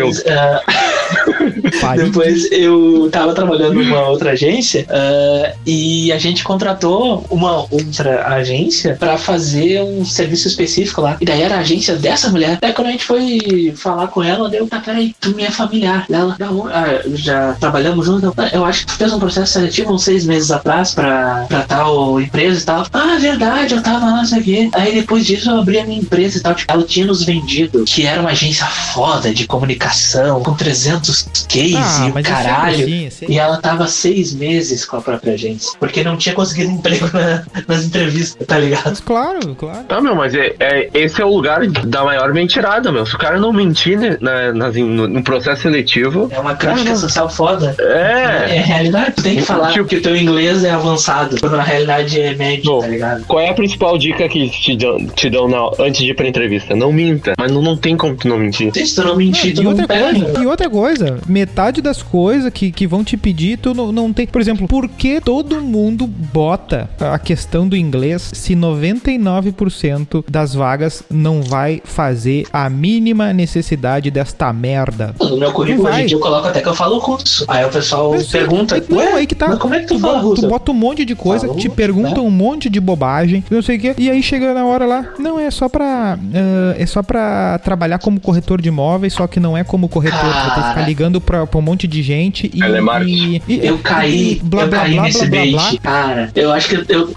depois eu tava trabalhando numa outra agência, e a gente contratou uma outra agência pra fazer um serviço específico lá. E daí era a agência dessa mulher. Daí quando a gente foi falar com ela, deu, peraí, tu me é familiar. Ela, já trabalhamos junto. Eu acho que tu fez um processo seletivo uns 6 meses atrás pra tal empresa e tal. Verdade, eu tava lá, não sei o quê. Aí depois disso eu abri a minha empresa e tal. Tipo, ela tinha nos vendido que era uma agência foda de comunicação, com 300 documentos, case e o mas caralho. é assim, E ela tava 6 meses com a própria agência, porque não tinha conseguido emprego nas entrevistas, tá ligado? Mas claro. Tá, meu, mas esse é o lugar da maior mentirada, meu. Se o cara não mentir no processo seletivo... É uma crítica social foda. É realidade. Tu tem que falar que o teu inglês é avançado, quando na realidade é médio, tá ligado? Qual é a principal dica que te dão antes de ir pra entrevista? Não minta. Mas não tem como tu não mentir. Se tu não mentir, tu não pega. E outra coisa, metade das coisas que vão te pedir, tu não tem... Por exemplo, por que todo mundo bota a questão do inglês se 99% das vagas não vai fazer a mínima necessidade desta merda? No meu currículo hoje em dia eu coloco até que eu falo russo. Aí o pessoal pergunta, aí que tá. Mas como é que tu fala russo? Tu bota um monte de coisa, te pergunta um monte de bobagem, não sei o que, e aí chega na hora lá, não, é só pra trabalhar como corretor de imóveis, só que não é como corretor, você vai ter que ficar ligando pra um monte de gente eu caí nesse bait, cara. Eu acho que eu...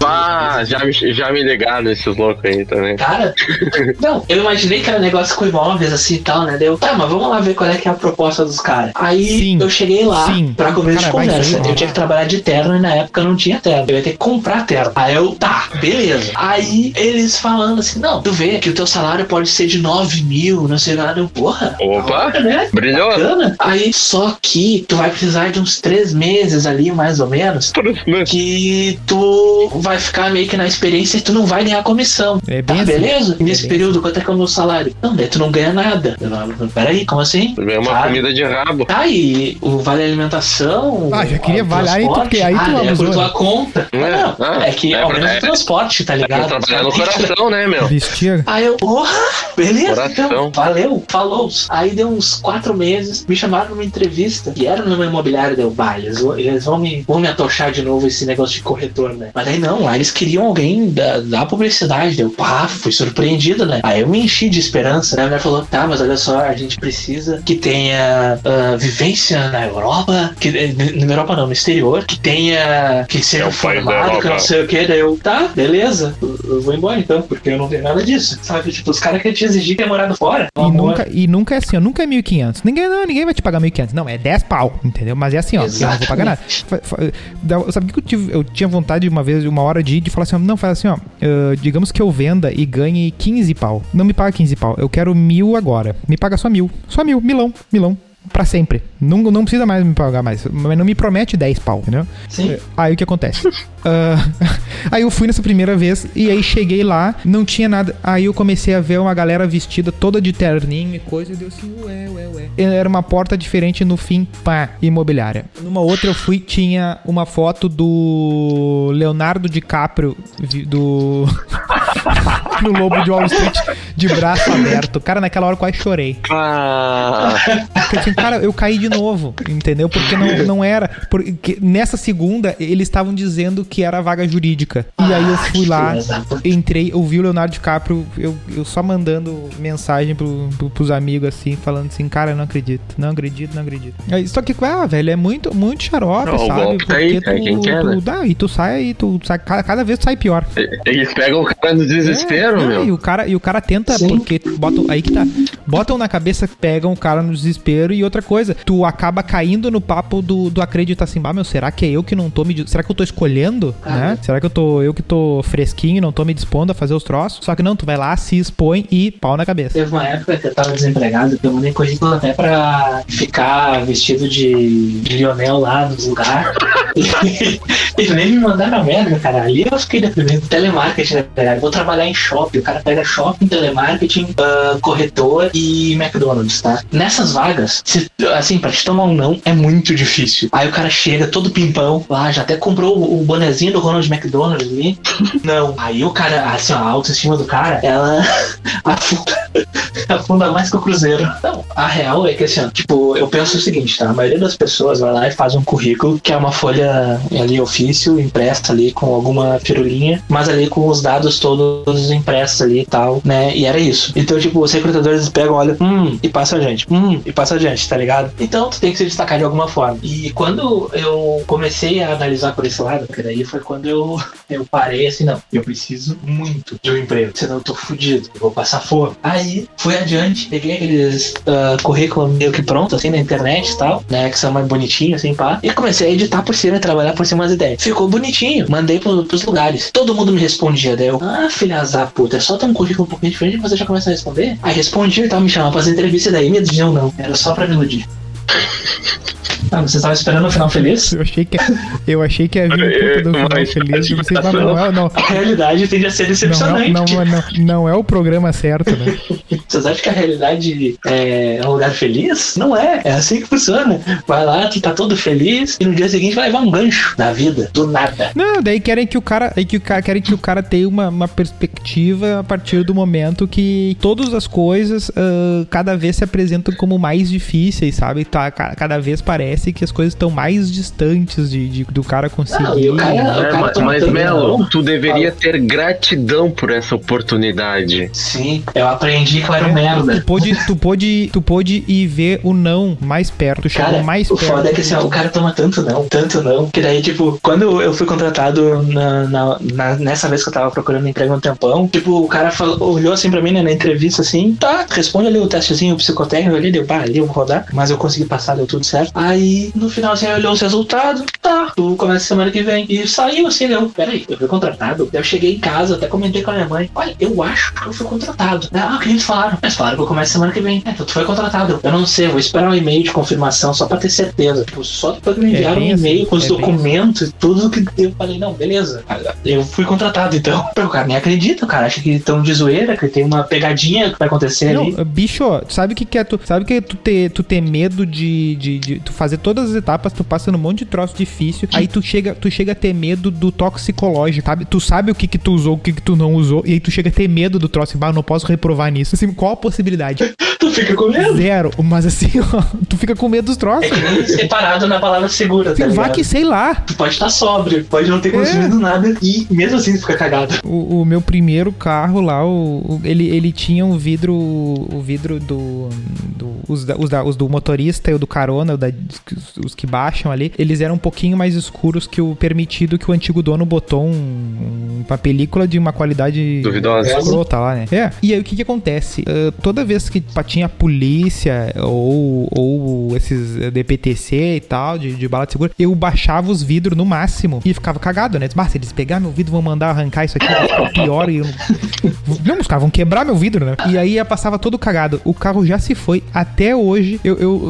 já me ligaram esses loucos aí também. Cara, não, eu imaginei que era negócio com imóveis assim e tal, né? Tá, mas vamos lá ver qual é que é a proposta dos caras. Aí eu cheguei lá pra começo de conversa. Eu tinha que trabalhar de terno e na época não tinha terno. Eu ia ter que comprar terno. Aí eu, tá, beleza. Aí eles falando assim, não, tu vê que o teu salário pode ser de 9 mil, não sei nada. Porra. Opa, né? Brilhou. Bacana. Aí só que tu vai precisar de uns 3 meses ali, mais ou menos, que tu vai ficar meio que na experiência e tu não vai ganhar comissão. Tá, assim, beleza? E nesse período, quanto é que é o meu salário? Não, daí tu não ganha nada. Peraí, como assim? É uma comida de rabo. Tá, e o vale alimentação... já queria valer aí, porque aí tu abusou. Por tua conta. É que ao menos o transporte, tá ligado? Pra trabalhar no coração, né, meu? Vestir. Aí eu, porra, beleza, coração. então, valeu, falou. Aí deu uns 4 meses, me chamaram numa entrevista, que era numa imobiliária, deu, eles vão me atochar de novo esse negócio de corretor, né? Mas aí não, lá eles queriam alguém da publicidade, deu, fui surpreendido, né? Aí eu me enchi de esperança, né? A mulher falou, tá, mas olha só, a gente precisa que tenha vivência na Europa, na Europa não, no exterior, que seja formado, que não sei o que, daí eu, tá, beleza, eu vou embora então, porque eu não tenho nada disso, sabe? Tipo, os caras querem te exigir ter morado fora. E nunca é assim, ó, nunca é 1.500. Ninguém vai te pagar 1.500. Não, é 10 pau, entendeu? Mas é assim, ó, eu não vou pagar nada. Sabe o que eu tinha vontade uma hora de falar assim, ó, não, faz assim, ó, digamos que eu venda e ganhe 15 pau. Não me paga 15 pau, eu quero 1.000 agora. Me paga só 1.000. Só 1.000, milão. Pra sempre. Não precisa mais me pagar mais. Mas não me promete 10 pau, entendeu? Sim. Aí o que acontece? Aí eu fui nessa primeira vez e aí cheguei lá, não tinha nada. Aí eu comecei a ver uma galera vestida toda de terninho e coisa. E deu assim, ué. Era uma porta diferente no fim, imobiliária. Numa outra eu fui, tinha uma foto do Leonardo DiCaprio no Lobo de Wall Street de braço aberto. Cara, naquela hora eu quase chorei. Porque assim, cara, eu caí de novo, entendeu? Porque não era. Porque nessa segunda, eles estavam dizendo que era vaga jurídica. E aí eu fui lá, entrei, eu vi o Leonardo DiCaprio, eu só mandando mensagem pros amigos, assim, falando assim, cara, eu não acredito. Só que, velho, é muito xarope, sabe? Porque e tu sai, cada vez tu sai pior. Eles pegam o cara no desespero, meu. E o cara tenta, porque aí que tá. Botam na cabeça, pegam o cara no desespero. E outra coisa, tu acaba caindo no papo do acreditar assim, meu, será que é eu que não tô será que eu tô escolhendo, né? Será que eu que tô fresquinho e não tô me dispondo a fazer os troços? Só que não, tu vai lá, se expõe e pau na cabeça. Teve uma época que eu tava desempregado, que eu mandei currículo até pra ficar vestido de Lionel lá nos lugares. E nem me mandaram a merda, cara. Ali eu fiquei deprimido. Telemarketing, né, cara? Vou trabalhar em shopping. O cara pega shopping, telemarketing, corretor e McDonald's, tá? Nessas vagas, assim, pra te tomar um não, é muito difícil. Aí o cara chega todo pimpão lá, já até comprou o bonezinho do Ronald McDonald ali. Não. Aí o cara, assim, ó, a autoestima do cara, ela afunda mais que o cruzeiro. Não, a real é que, assim, ó, tipo, eu penso o seguinte, tá? A maioria das pessoas vai lá e faz um currículo, que é uma folha ali, ofício, impressa ali com alguma firulinha, mas ali com os dados dados todos impressos ali e tal, né? E era isso. Então, tipo, os recrutadores pegam, olham, e passa adiante, tá ligado? Então, tu tem que se destacar de alguma forma. E quando eu comecei a analisar por esse lado, porque daí foi quando eu parei assim, não, eu preciso muito de um emprego, senão eu tô fudido, eu vou passar fome. Aí, fui adiante, peguei aqueles currículo meio que pronto, assim, na internet e tal, né, que são mais bonitinhos, assim, pá, e comecei a editar por cima e trabalhar por cima das ideias. Ficou bonitinho, mandei pros lugares. Todo mundo me respondia, daí eu, filhas da puta, é só ter um currículo um pouquinho diferente e você já começa a responder? Aí respondia e tal, me chamava pra fazer entrevista, daí me diziam não, era só pra me iludir. Você estava esperando o final feliz? Eu achei que ia vir um puta do final feliz. Você não. A realidade tende a ser decepcionante. Não é o programa certo, né? Vocês acham que a realidade é um lugar feliz? Não é. É assim que funciona. Vai lá, tu tá todo feliz e no dia seguinte vai levar um gancho na vida, do nada. Não, daí querem que o cara tenha uma perspectiva a partir do momento que todas as coisas cada vez se apresentam como mais difíceis, sabe? Tá, cada vez parece que as coisas estão mais distantes do cara conseguir. Mas Melo, tu deveria ter gratidão por essa oportunidade. Sim, eu aprendi que eu era merda. Tu pôde ir ver o não mais perto, chegou mais perto. O foda é que assim, o cara toma tanto não, que daí, tipo, quando eu fui contratado nessa vez que eu tava procurando emprego um tempão, tipo, o cara olhou assim pra mim, né, na entrevista, assim, tá, responde ali o testezinho psicotécnico ali, deu, ali eu vou rodar, mas eu consegui passar, deu tudo certo. Aí, no final, assim, olhou os resultados, tá, tu começa semana que vem. E saiu assim, deu, peraí, eu fui contratado? Eu cheguei em casa, até comentei com a minha mãe, olha, eu acho que eu fui contratado. O que eles falaram? Mas falaram que eu começo semana que vem. Então tu foi contratado. Eu não sei, vou esperar um e-mail de confirmação só pra ter certeza. Tipo, só depois que me enviaram um e-mail com os documentos e tudo que eu falei, não, beleza, eu fui contratado, então. O cara nem acredita, o cara acha que estão de zoeira, que tem uma pegadinha que vai acontecer ali. Bicho, sabe o que é tu? Sabe o que é tu ter medo de tu fazer todas as etapas, tu passa num monte de troço difícil, aí tu chega a ter medo do toxicológico, sabe? Tu sabe o que tu usou, o que tu não usou, e aí tu chega a ter medo do troço, eu não posso reprovar nisso. Assim, qual a possibilidade? Tu fica com medo. Zero, mas assim, ó, tu fica com medo dos troços. É que nem separado na palavra segura, tá ligado? Vai que sei lá. Tu pode estar sóbrio, pode não ter consumido nada e mesmo assim tu fica cagado. O meu primeiro carro lá, ele tinha um vidro, os do motorista e o do carona, os que baixam ali, eles eram um pouquinho mais escuros que o permitido, que o antigo dono botou uma película de uma qualidade duvidosa escrota lá, né? E aí o que acontece? Toda vez que tinha polícia ou esses DPTC e tal, de bala de seguro, eu baixava os vidros no máximo e ficava cagado, né? Se eles pegar meu vidro, vão mandar arrancar isso aqui, vai ficar pior. E os caras vão quebrar meu vidro, né? E aí eu passava todo cagado. O carro já se foi. Até hoje,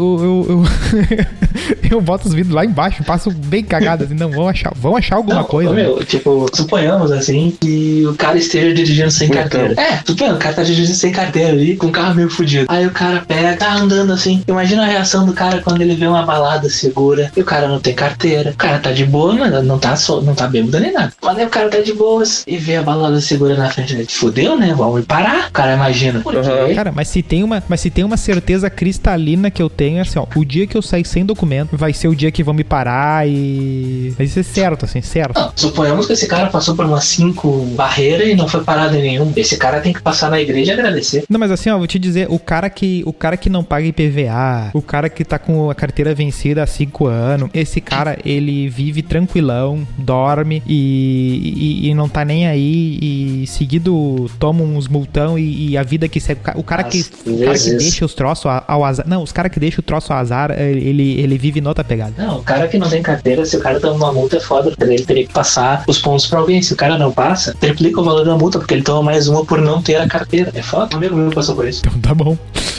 eu boto os vidros lá embaixo, passo bem cagado, assim, não, vão achar alguma coisa. Meu, tipo, suponhamos, assim, que o cara esteja dirigindo sem carteira. Suponhamos, o cara tá dirigindo sem carteira ali, com o carro meio fudido. Aí o cara pega, tá andando assim, imagina a reação do cara quando ele vê uma balada segura e o cara não tem carteira. O cara tá de boa, mano, não tá bêbado nem nada. Mas aí o cara tá de boas e vê a balada segura na frente dele. Fudeu, né? Vamos parar. O cara imagina. Cara, mas se tem uma certeza cristalina que eu tenho, é assim, ó, o dia que eu sair sem documento vai ser o dia que vão me parar e vai ser certo, assim, certo. Não, suponhamos que esse cara passou por umas 5 barreiras e não foi parado em nenhum. Esse cara tem que passar na igreja e agradecer. Não, mas assim, ó, vou te dizer, o cara que não paga IPVA, o cara que tá com a carteira vencida há 5 anos, esse cara, ele vive tranquilão, dorme e não tá nem aí e seguido toma uns multão e a vida que segue. O cara que deixa os troços ao azar. Não, os caras que deixam o troço ao azar, ele vive nota pegada. Não, o cara que não tem carteira, se o cara toma uma multa é foda, porque ele teria que passar os pontos pra alguém. Se o cara não passa, triplica o valor da multa, porque ele toma mais uma por não ter a carteira. É foda. Um amigo meu passou por isso. Então tá bom.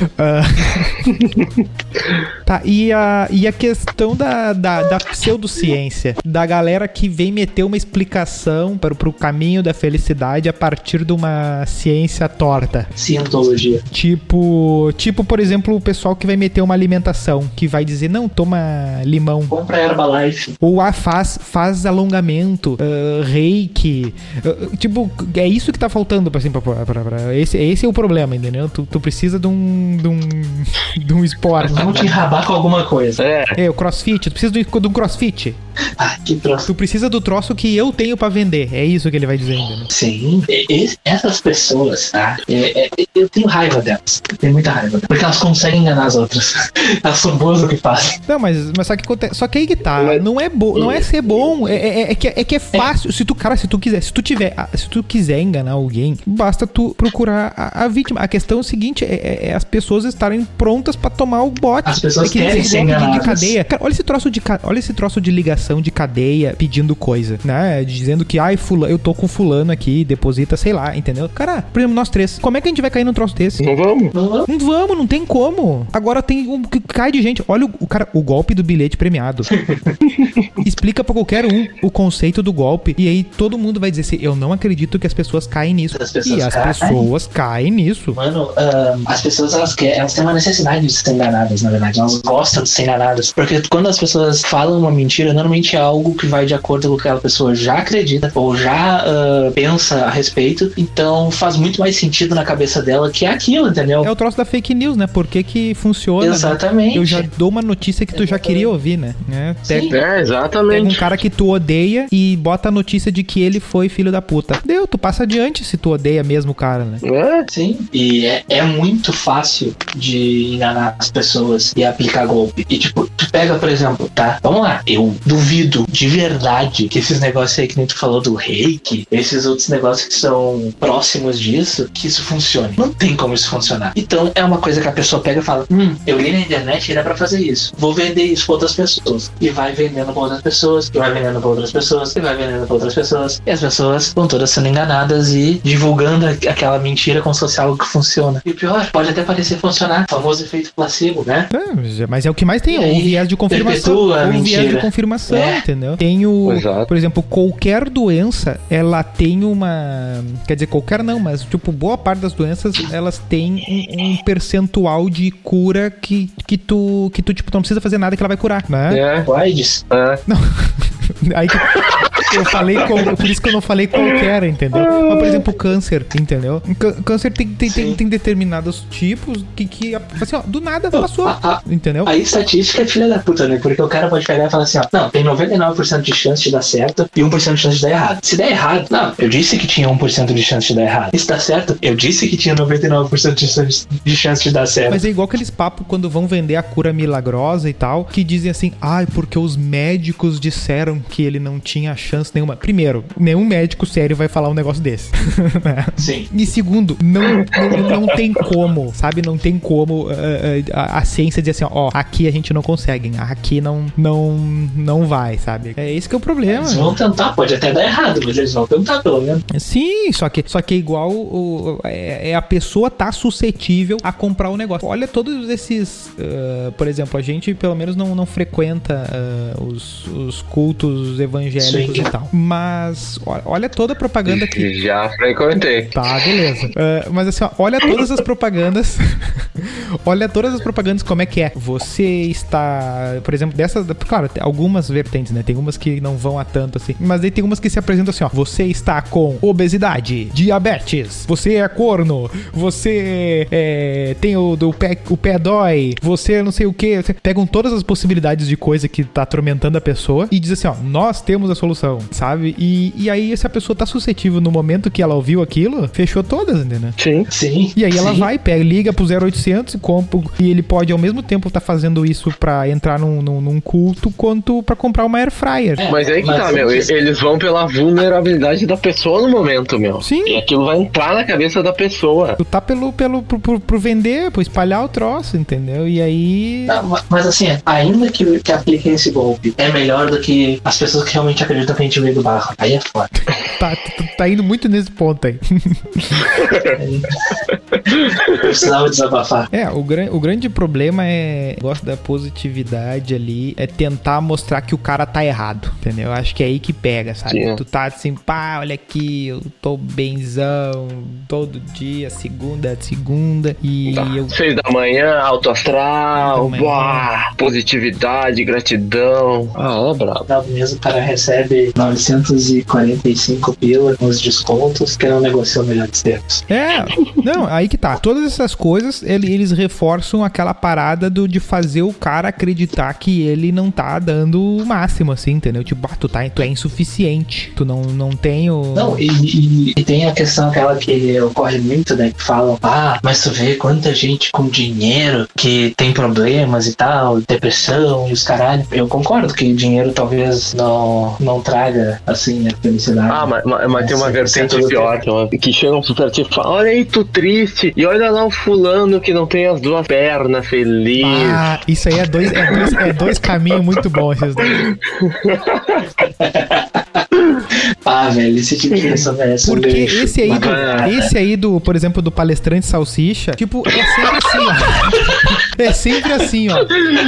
Tá, e a questão da pseudociência, da galera que vem meter uma explicação pro caminho da felicidade a partir de uma ciência torta. Cientologia. Tipo, por exemplo, o pessoal que vai meter uma alimentação, que vai dizer, não, toma limão. Compra Herbalife. Ou faz alongamento, reiki. Tipo, é isso que tá faltando, assim, esse é o problema, entendeu? Tu precisa de um esporte. Vamos te enrabar com alguma coisa. O crossfit, tu precisa de um crossfit. Que troço. Tu precisa do troço que eu tenho pra vender. É isso que ele vai dizendo, né? Sim. Essas pessoas, tá? Eu tenho raiva delas. Eu tenho muita raiva delas. Porque elas conseguem enganar as outras. Elas são boas no que fazem. Não, mas só que acontece. Só que aí que tá. Não é ser bom. É que é fácil. Se tu quiser enganar alguém, basta tu procurar a vítima. A questão é o seguinte: é as pessoas estarem prontas pra tomar o bote. As pessoas querem ser enganadas. De cadeia. Cara, olha esse troço de ligação de cadeia pedindo coisa, né? Dizendo que, eu tô com fulano aqui, deposita, sei lá, entendeu? Cara, por exemplo, nós três, como é que a gente vai cair num troço desse? Não vamos. Não tem como. Agora tem um que cai de gente. Olha o golpe do bilhete premiado. Explica pra qualquer um o conceito do golpe e aí todo mundo vai dizer assim, eu não acredito que as pessoas caem nisso. As pessoas caem nisso. Mano, as pessoas, elas têm uma necessidade de ser enganadas, na verdade. Elas gostam de ser enganadas. Porque quando as pessoas falam uma mentira, normalmente é algo que vai de acordo com o que aquela pessoa já acredita ou já pensa a respeito. Então faz muito mais sentido na cabeça dela que é aquilo, entendeu? É o troço da fake news, né? Por que funciona? Exatamente. Né? Eu já dou uma notícia que tu já queria ouvir, né? Exatamente. Pega um cara que tu odeia e bota a notícia de que ele foi filho da puta. Tu passa adiante se tu odeia mesmo o cara, né? Sim. E é muito fácil de enganar as pessoas e aplicar golpe. E tipo, tu pega, por exemplo, tá? Vamos lá. Eu duvido de verdade que esses negócios aí que nem tu falou do reiki, esses outros negócios que são próximos disso, que isso funcione. Não tem como isso funcionar. Então é uma coisa que a pessoa pega e fala, eu li na internet e dá pra fazer isso. Vou vender isso pra outras pessoas. E vai vendendo pra outras pessoas, e vai vendendo pra outras pessoas, e vai vendendo pra outras pessoas. E as pessoas vão todas sendo enganadas e divulgando aquela mentira como se fosse algo que funciona. E o pior, pode até parecer funcionar. O famoso efeito placebo, né? Mas é o que mais tem. Ou viés de confirmação. Entendeu? Tem por exemplo, qualquer doença, ela tem uma... Quer dizer, qualquer não, mas tipo, boa parte das doenças, elas têm um percentual de cura que tu tipo, não precisa fazer nada que ela vai curar, né? AIDS. Não. Aí eu falei, por isso que eu não falei qualquer, entendeu? Mas, por exemplo, câncer, entendeu? Câncer tem determinados tipos que assim, ó, do nada passou, entendeu? A estatística é filha da puta, né? Porque o cara pode pegar e falar assim, ó, não, tem 99% de chance de dar certo e 1% de chance de dar errado. Se der errado, não, eu disse que tinha 1% de chance de dar errado. E se dá certo, eu disse que tinha 99% de chance de dar certo. Mas é igual aqueles papos quando vão vender a cura milagrosa e tal, que dizem assim, porque os médicos disseram que ele não tinha chance nenhuma. Primeiro, nenhum médico sério vai falar um negócio desse. Sim. E segundo, não tem como, sabe? Não tem como a ciência dizer assim, aqui a gente não consegue, aqui não vai, sabe? É esse que é o problema. Eles vão tentar, pode até dar errado, mas eles vão tentar pelo menos. Sim, só que é igual a pessoa tá suscetível a comprar o negócio. Olha todos esses, por exemplo, a gente pelo menos não frequenta os cultos evangélicos e tal. Mas olha toda a propaganda que... Já frequentei. Tá, beleza. Mas assim, olha todas as propagandas. Olha todas as propagandas como é que é. Você está, por exemplo, claro, tem algumas vertentes, né? Tem umas que não vão a tanto assim. Mas aí tem umas que se apresentam assim, você está com obesidade, diabetes, você é corno, você tem o pé dói, você não sei o que. Pegam todas as possibilidades de coisa que tá atormentando a pessoa e diz assim, nós temos a solução, sabe? E aí se a pessoa tá suscetível no momento que ela ouviu aquilo, fechou todas, entendeu? Sim. E aí ela vai, liga pro 0800 e compra, e ele pode ao mesmo tempo tá fazendo isso pra entrar num culto quanto pra comprar uma air fryer. Mas aí que tá, meu, eles vão pela vulnerabilidade da pessoa no momento, meu. Sim. E aquilo vai entrar na cabeça da pessoa. Tu tá pro vender, pro espalhar o troço, entendeu? E aí... Não, mas assim, ainda que apliquem esse golpe, é melhor do que as pessoas que realmente acreditam que a gente veio do barro. Aí é foda. Tá indo muito nesse ponto aí. Eu precisava desabafar. O grande problema é o negócio da positividade ali, é tentar mostrar que o cara tá errado, entendeu? Eu acho que é aí que pega, sabe? Sim. Tu tá assim, olha aqui, eu tô benzão todo dia, segunda e tá. eu... 6 da manhã, alto astral, positividade, gratidão. Brabo. Não, mesmo o cara recebe 945 pila com os descontos que não negociou melhores termos. Não, aí que tá. Todas essas coisas, eles reforçam aquela parada de fazer o cara acreditar que ele não tá dando o máximo, assim, entendeu? Tipo, tu é insuficiente, tu não tem o... Não, e tem a questão aquela que ocorre muito, né, que falam, mas tu vê quanta gente com dinheiro que tem problemas e tal, depressão e os caralho. Eu concordo que dinheiro talvez não traga, assim, a felicidade. Mas tem uma vertente pior, que chegam super tipo, olha aí, tu triste, e olha lá o fulano que não tem as duas pernas feliz. Isso aí é dois caminhos muito bons, esses dois. Velho, esse tipo de pessoa merece. Porque esse aí do, por exemplo, do palestrante salsicha, tipo, é sempre assim, ó. É sempre assim, ó.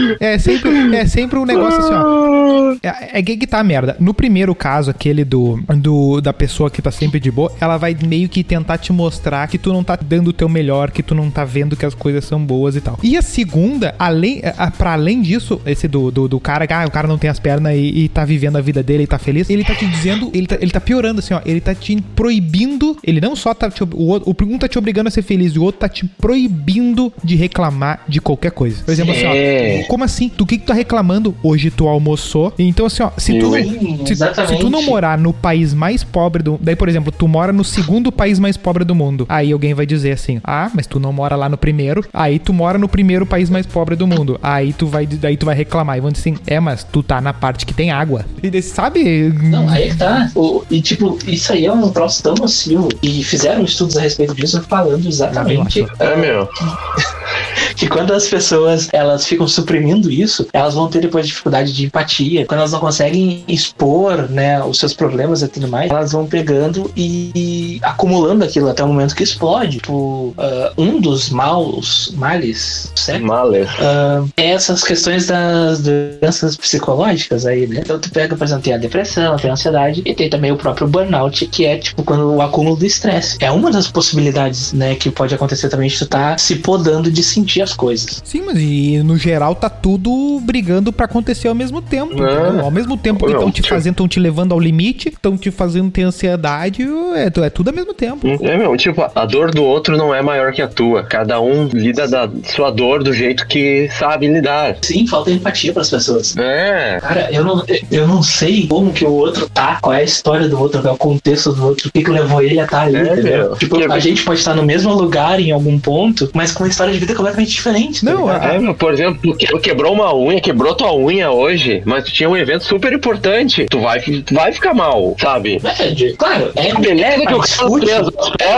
É sempre um negócio assim, ó. É que tá a merda. No primeiro caso, aquele da pessoa que tá sempre de boa, ela vai meio que tentar te mostrar que tu não tá dando o teu melhor, que tu não tá vendo que as coisas são boas e tal. E a segunda, pra além disso, esse do cara, o cara não tem as pernas e tá vivendo a vida dele e tá feliz, ele tá te dizendo, ele tá piorando, assim, ó. Ele tá te proibindo, ele não só tá um tá te obrigando a ser feliz e o outro tá te proibindo de reclamar de qualquer coisa. Por exemplo, assim, ó, como assim? Do que tu tá reclamando? Hoje tu almoçou. Então, assim, ó, se tu não morar no país mais pobre daí, por exemplo, tu mora no segundo país mais pobre do mundo. Aí alguém vai dizer assim, mas tu não mora lá no primeiro. Aí tu mora no primeiro país mais pobre do mundo. Daí tu vai reclamar. E vão dizer assim, mas tu tá na parte que tem água. E sabe? Não, aí que tá. E tipo, isso aí é um troço tão nocivo. E fizeram estudos a respeito disso falando exatamente. Que quando as pessoas elas ficam suprimindo isso, elas vão ter depois dificuldade de empatia. Quando elas não conseguem expor, né, os seus problemas e tudo mais, elas vão pegando e acumulando aquilo até o momento que explode. Tipo, um dos males, certo? É essas questões das doenças psicológicas aí, né? Então tu pega, por exemplo, tem a depressão, tem a ansiedade e tem também o próprio burnout, que é tipo quando o acúmulo do estresse. É uma das possibilidades, né, que pode acontecer também de tu tá se podando de sentir as coisas. Sim, mas no geral tá tudo brigando pra acontecer ao mesmo tempo. Ao mesmo tempo que estão te levando ao limite, estão te fazendo ter ansiedade, é tudo ao mesmo tempo. Tipo, a dor do outro não é maior que a tua. Cada um lida da sua dor do jeito que sabe lidar. Sim, falta empatia pras pessoas. Cara, eu não sei como que o outro tá, qual é a história do outro, qual é o contexto do outro, o que levou ele a estar ali, entendeu? Tipo, a gente pode estar no mesmo lugar em algum ponto, mas com uma história de vida completamente diferente. Não, por exemplo, tu quebrou uma unha, quebrou tua unha hoje, mas tu tinha um evento super importante. Tu vai ficar mal, sabe? Claro, beleza que eu preso.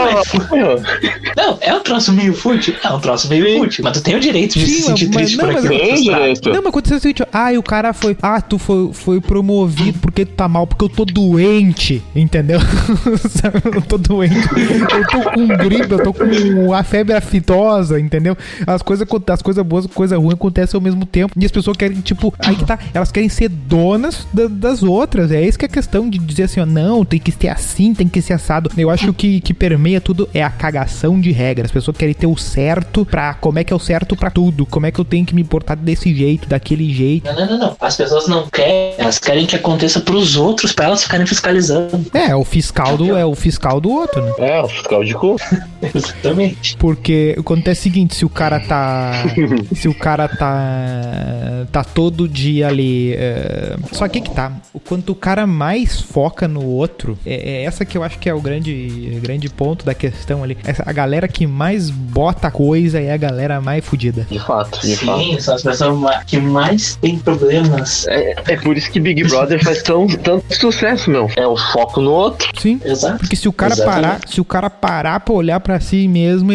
Não, é um troço meio fútil. É um troço meio fútil, mas tu tem o direito de se sentir triste por aquilo. Tem direito. Não, mas aconteceu o seguinte, o cara tu foi promovido porque tu tá mal, porque eu tô doente, entendeu? Eu tô doente. Eu tô com gripe, eu tô com a febre aftosa, entendeu? As coisas boas, coisa ruim acontecem ao mesmo tempo. E as pessoas querem, tipo, aí que tá, elas querem ser donas das outras. É isso que é a questão de dizer assim, não, tem que ser assim, tem que ser assado. Eu acho que permeia tudo é a cagação de regra. As pessoas querem ter o certo como é que é o certo pra tudo. Como é que eu tenho que me portar desse jeito, daquele jeito. Não. As pessoas não querem, elas querem que aconteça pros outros, pra elas ficarem fiscalizando. É o fiscal do outro, né? É, o fiscal de cu. Exatamente. Porque acontece o seguinte, se o cara tá todo dia ali, só que tá, quanto o cara mais foca no outro, é essa que eu acho que é o grande ponto da questão ali. A galera que mais bota coisa é a galera mais fodida. De fato. Sim, são as pessoas que mais têm problemas. É por isso que Big Brother faz tanto sucesso, meu. É o foco no outro. Sim. Exato. Porque se o cara parar pra olhar pra si mesmo,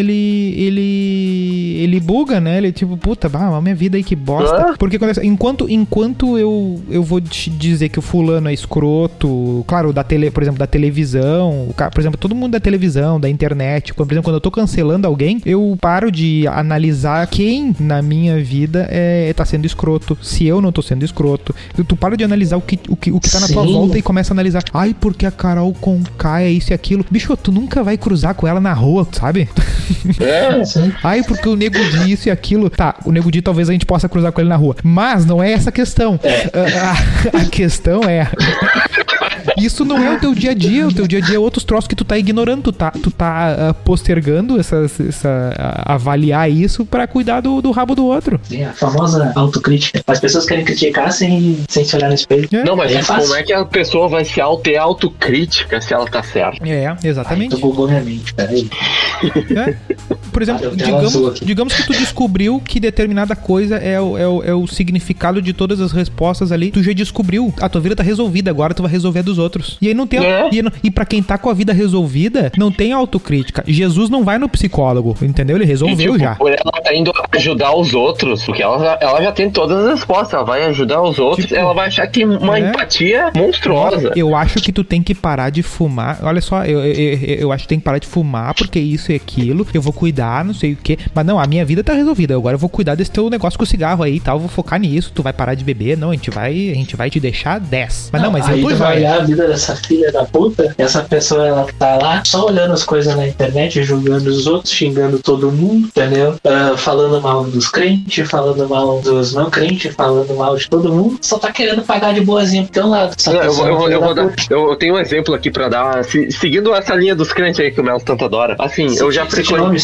ele buga, né? Ele tipo, puta, a minha vida aí que bosta. Porque enquanto eu vou te dizer que o fulano é escroto, claro, por exemplo, da televisão, por exemplo, todo mundo da televisão, da internet, por exemplo, quando eu tô cancelando alguém, eu paro de analisar quem na minha vida tá sendo escroto, se eu não tô sendo escroto. Tu para de analisar o que tá na tua volta e começa a analisar, porque a Carol Conká é isso e aquilo. Bicho, tu nunca vai cruzar com ela na rua, sabe? Porque o Nego Di isso e aquilo. Tá, o Nego Di talvez a gente possa cruzar com ele na rua, mas não é essa a questão. A questão é Isso não é o teu dia a dia. O teu dia a dia é outros troços que tu tá ignorando. Tu tá postergando avaliar isso pra cuidar do rabo do outro. Sim, a famosa autocrítica. As pessoas querem criticar sem se olhar no espelho. Não, mas é como é que a pessoa vai ter autocrítica se ela tá certa? Exatamente. Tu bugou minha mente, peraí. Por exemplo, digamos que tu descobriu que determinada coisa é o significado de todas as respostas ali. Tu já descobriu. A tua vida tá resolvida. Agora tu vai resolver a dos outros. E aí não tem... E pra quem tá com a vida resolvida, não tem autocrítica. Jesus não vai no psicólogo, entendeu? Ele resolveu já. Ela tá indo ajudar os outros, porque ela já tem todas as respostas. Ela vai ajudar os outros, ela vai achar que tem uma empatia monstruosa. Eu acho que tu tem que parar de fumar. Olha só, eu acho que tem que parar de fumar, porque isso e aquilo, eu vou cuidar, não sei o que. Mas não, a minha vida tá resolvida. Agora eu vou cuidar desse teu negócio com o cigarro aí e tal, eu vou focar nisso. Tu vai parar de beber, não, a gente vai te deixar 10. Mas não, mas aí eu tô tu vai olhar a vida dessa filha da puta, essa pessoa, ela tá lá só olhando as coisas na internet, julgando os outros, xingando todo mundo, entendeu? Falando mal dos crentes, falando mal dos não crentes, falando mal de todo mundo, só tá querendo pagar de boazinha pro teu lado. Eu tenho um exemplo aqui pra dar, seguindo essa linha dos crentes aí que o Melo tanto adora. Assim, eu já frequentei...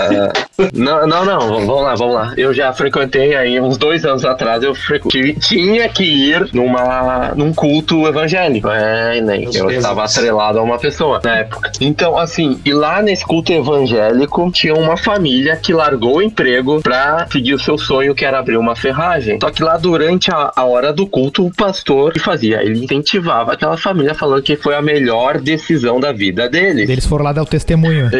Não, vamos lá. Eu já frequentei aí, uns 2 anos atrás, tinha que ir num culto evangélico. Eu estava atrelado a uma pessoa na época. Então, assim, e lá nesse culto evangélico tinha uma família que largou o emprego pra seguir o seu sonho, que era abrir uma ferragem. Só que lá durante a hora do culto, o pastor que fazia, ele incentivava aquela família, falando que foi a melhor decisão da vida deles. Eles foram lá dar o testemunho.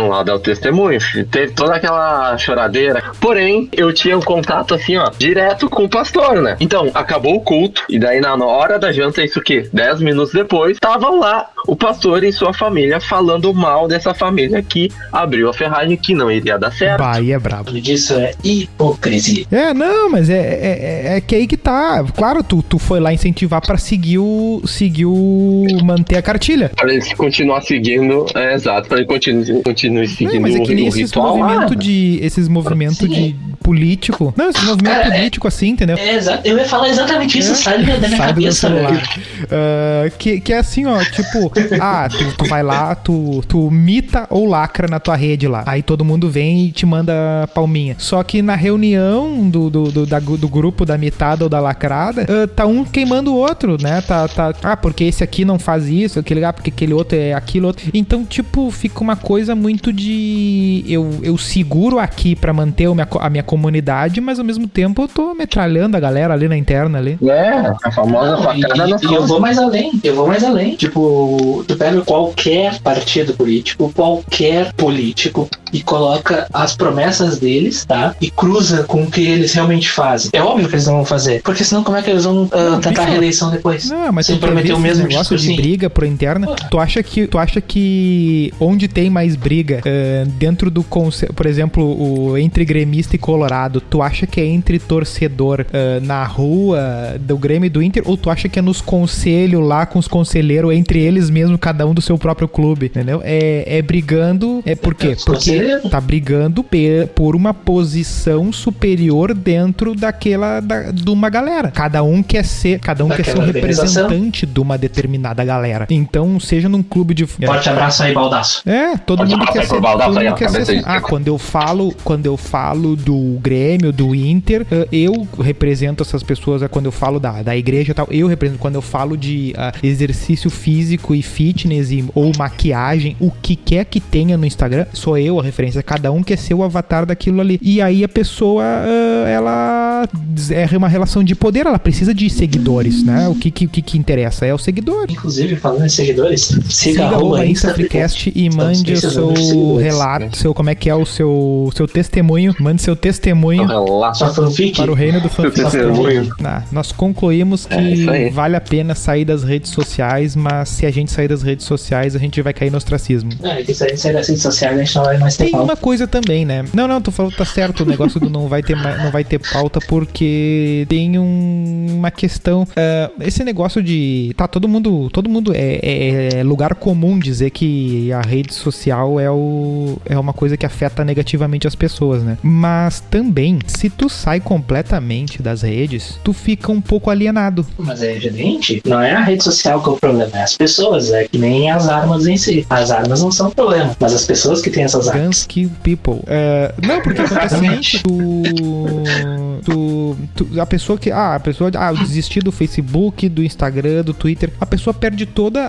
Teve toda aquela choradeira. Porém, eu tinha um contato assim, ó, direto com o pastor, né? Então, acabou o culto, e daí na hora da janta, isso que 10 minutos depois, estavam lá o pastor e sua família falando mal dessa família que abriu a ferragem, que não iria dar certo. Bahia é brabo. Disso é hipocrisia. Não, mas é que aí que tá. Claro, tu foi lá incentivar pra seguir manter a cartilha. Pra eles continuar seguindo, exato, pra ele continue seguindo mas é que nem o ritual. Esses movimentos de político. Não, esse movimento político assim, entendeu? Exato. Eu ia falar exatamente isso, sai da minha cabeça, velho. Que é assim, ó, tipo, tu vai lá, tu mita ou lacra na tua rede lá. Aí todo mundo vem e te manda palminha. Só que na reunião do grupo da mitada ou da lacrada, tá um queimando o outro, né? Porque esse aqui não faz isso, porque aquele outro é aquilo outro. Então, tipo, fica uma coisa muito de eu seguro aqui pra manter a minha comunidade, mas ao mesmo tempo eu tô metralhando a galera ali na interna ali. A famosa facada na eu vou mais além. Tipo, tu pega qualquer partido político, qualquer político e coloca as promessas deles, tá? E cruza com o que eles realmente fazem. É óbvio que eles não vão fazer, porque senão como é que eles vão tentar a reeleição depois? Não, mas sem prometer o mesmo negócio de briga pro interna. Tu acha que onde tem mais briga dentro do conselho, por exemplo, entre gremista e colorado, tu acha que é entre torcedor na rua do Grêmio e do Inter, ou tu acha que é nos conselhos lá com os conselheiros, entre eles mesmo, cada um do seu próprio clube, entendeu? É brigando, por quê? Porque tá brigando por uma posição superior dentro de uma galera. Cada um quer ser um representante de uma determinada galera. Então, seja num clube de... Forte abraço aí, Baldaço. Todo mundo quer ser assim. Quando eu falo do Grêmio, do Inter, eu represento essas pessoas. Quando eu falo da igreja e tal, eu represento. Quando eu falo de exercício físico e fitness ou maquiagem, o que quer que tenha no Instagram, sou eu a referência. Cada um quer ser o avatar daquilo ali. E aí a pessoa, ela é uma relação de poder, ela precisa de seguidores, né? O que interessa é o seguidor. Inclusive, falando em seguidores, siga o InstaFreecast e mande o seu relato, como é que é o seu testemunho. Mande seu testemunho para o reino do fanfic. Nós concluímos que vale a pena sair das redes sociais, mas se a gente sair das redes sociais, a gente vai cair no ostracismo. Se a gente sair das redes sociais, a gente não vai mais ter pauta. Tem uma coisa também, né? Não, tu falou, tá certo, o negócio do não vai ter pauta, porque tem uma questão, esse negócio de, todo mundo é lugar comum dizer que a rede social é uma coisa que afeta negativamente as pessoas, né? Mas também, se tu sai completamente das redes, tu fica um pouco alienado. Mas é evidente, não é a rede rede social que é o problema, é as pessoas, é que nem as armas em si. As armas não são o problema, mas as pessoas que têm essas armas. Guns kill people. Não, porque acontece Exatamente. a pessoa que... eu desisti do Facebook, do Instagram, do Twitter. A pessoa perde toda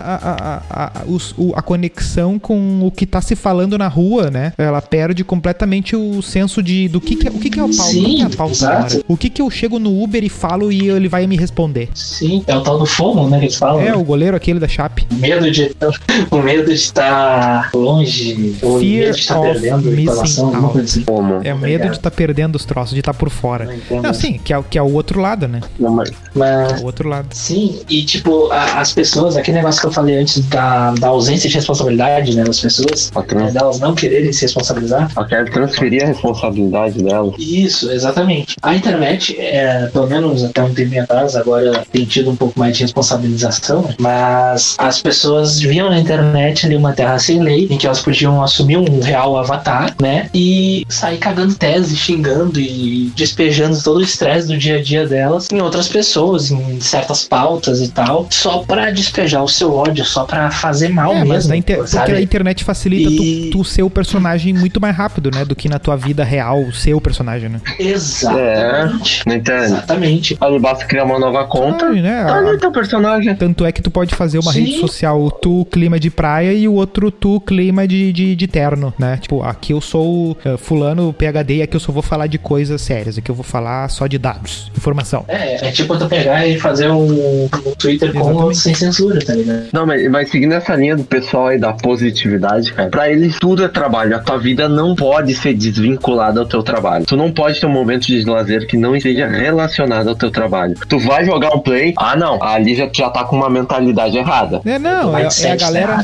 a conexão com o que tá se falando na rua, né? Ela perde completamente o senso do que é o pauta. Sim, o que é a pauta exato. agora? O que eu chego no Uber e falo e ele vai me responder? Sim, é o tal do FOMO, né, que eles falam. O goleiro aquele da Chape. O medo de estar longe, ou o medo de estar of perdendo missing informação, alguma coisa assim. Como? É o medo de estar perdendo os troços, de estar por fora. Não entendo. Não, sim, que é o outro lado, né? Não, mas Mas, O outro lado. sim, e tipo, as pessoas, aquele negócio que eu falei antes da ausência de responsabilidade, né, das pessoas, delas não quererem se responsabilizar. eu quero transferir a responsabilidade dela. Isso, exatamente. A internet, pelo menos até um tempo atrás, agora tem tido um pouco mais de responsabilização, né? Mas as pessoas viam na internet ali uma terra sem lei, em que elas podiam assumir um real avatar, né? E sair cagando tese, xingando e despejando todo o estresse do dia a dia delas em outras pessoas, em certas pautas e tal, só pra despejar o seu ódio, só pra fazer mal Mas mesmo. porque a internet facilita tu ser o personagem muito mais rápido, né? Do que na tua vida real, ser o personagem, né? Exatamente. Na internet. Exatamente. Ali basta criar uma nova conta. Né? Ali teu personagem. Tanto é que tu pode fazer uma Sim. rede social, tu clima de praia e o outro tu clima de terno, né? Tipo, aqui eu sou fulano PhD e aqui eu só vou falar de coisas sérias, aqui eu vou falar só de dados, informação. É tipo tu pegar e fazer um Twitter sem censura, tá ligado? Não, mas seguindo essa linha do pessoal aí da positividade, cara, pra eles tudo é trabalho. A tua vida não pode ser desvinculada ao teu trabalho. Tu não pode ter um momento de lazer que não esteja relacionado ao teu trabalho. Tu vai jogar um play, ali já tá com uma mentalidade errada. A galera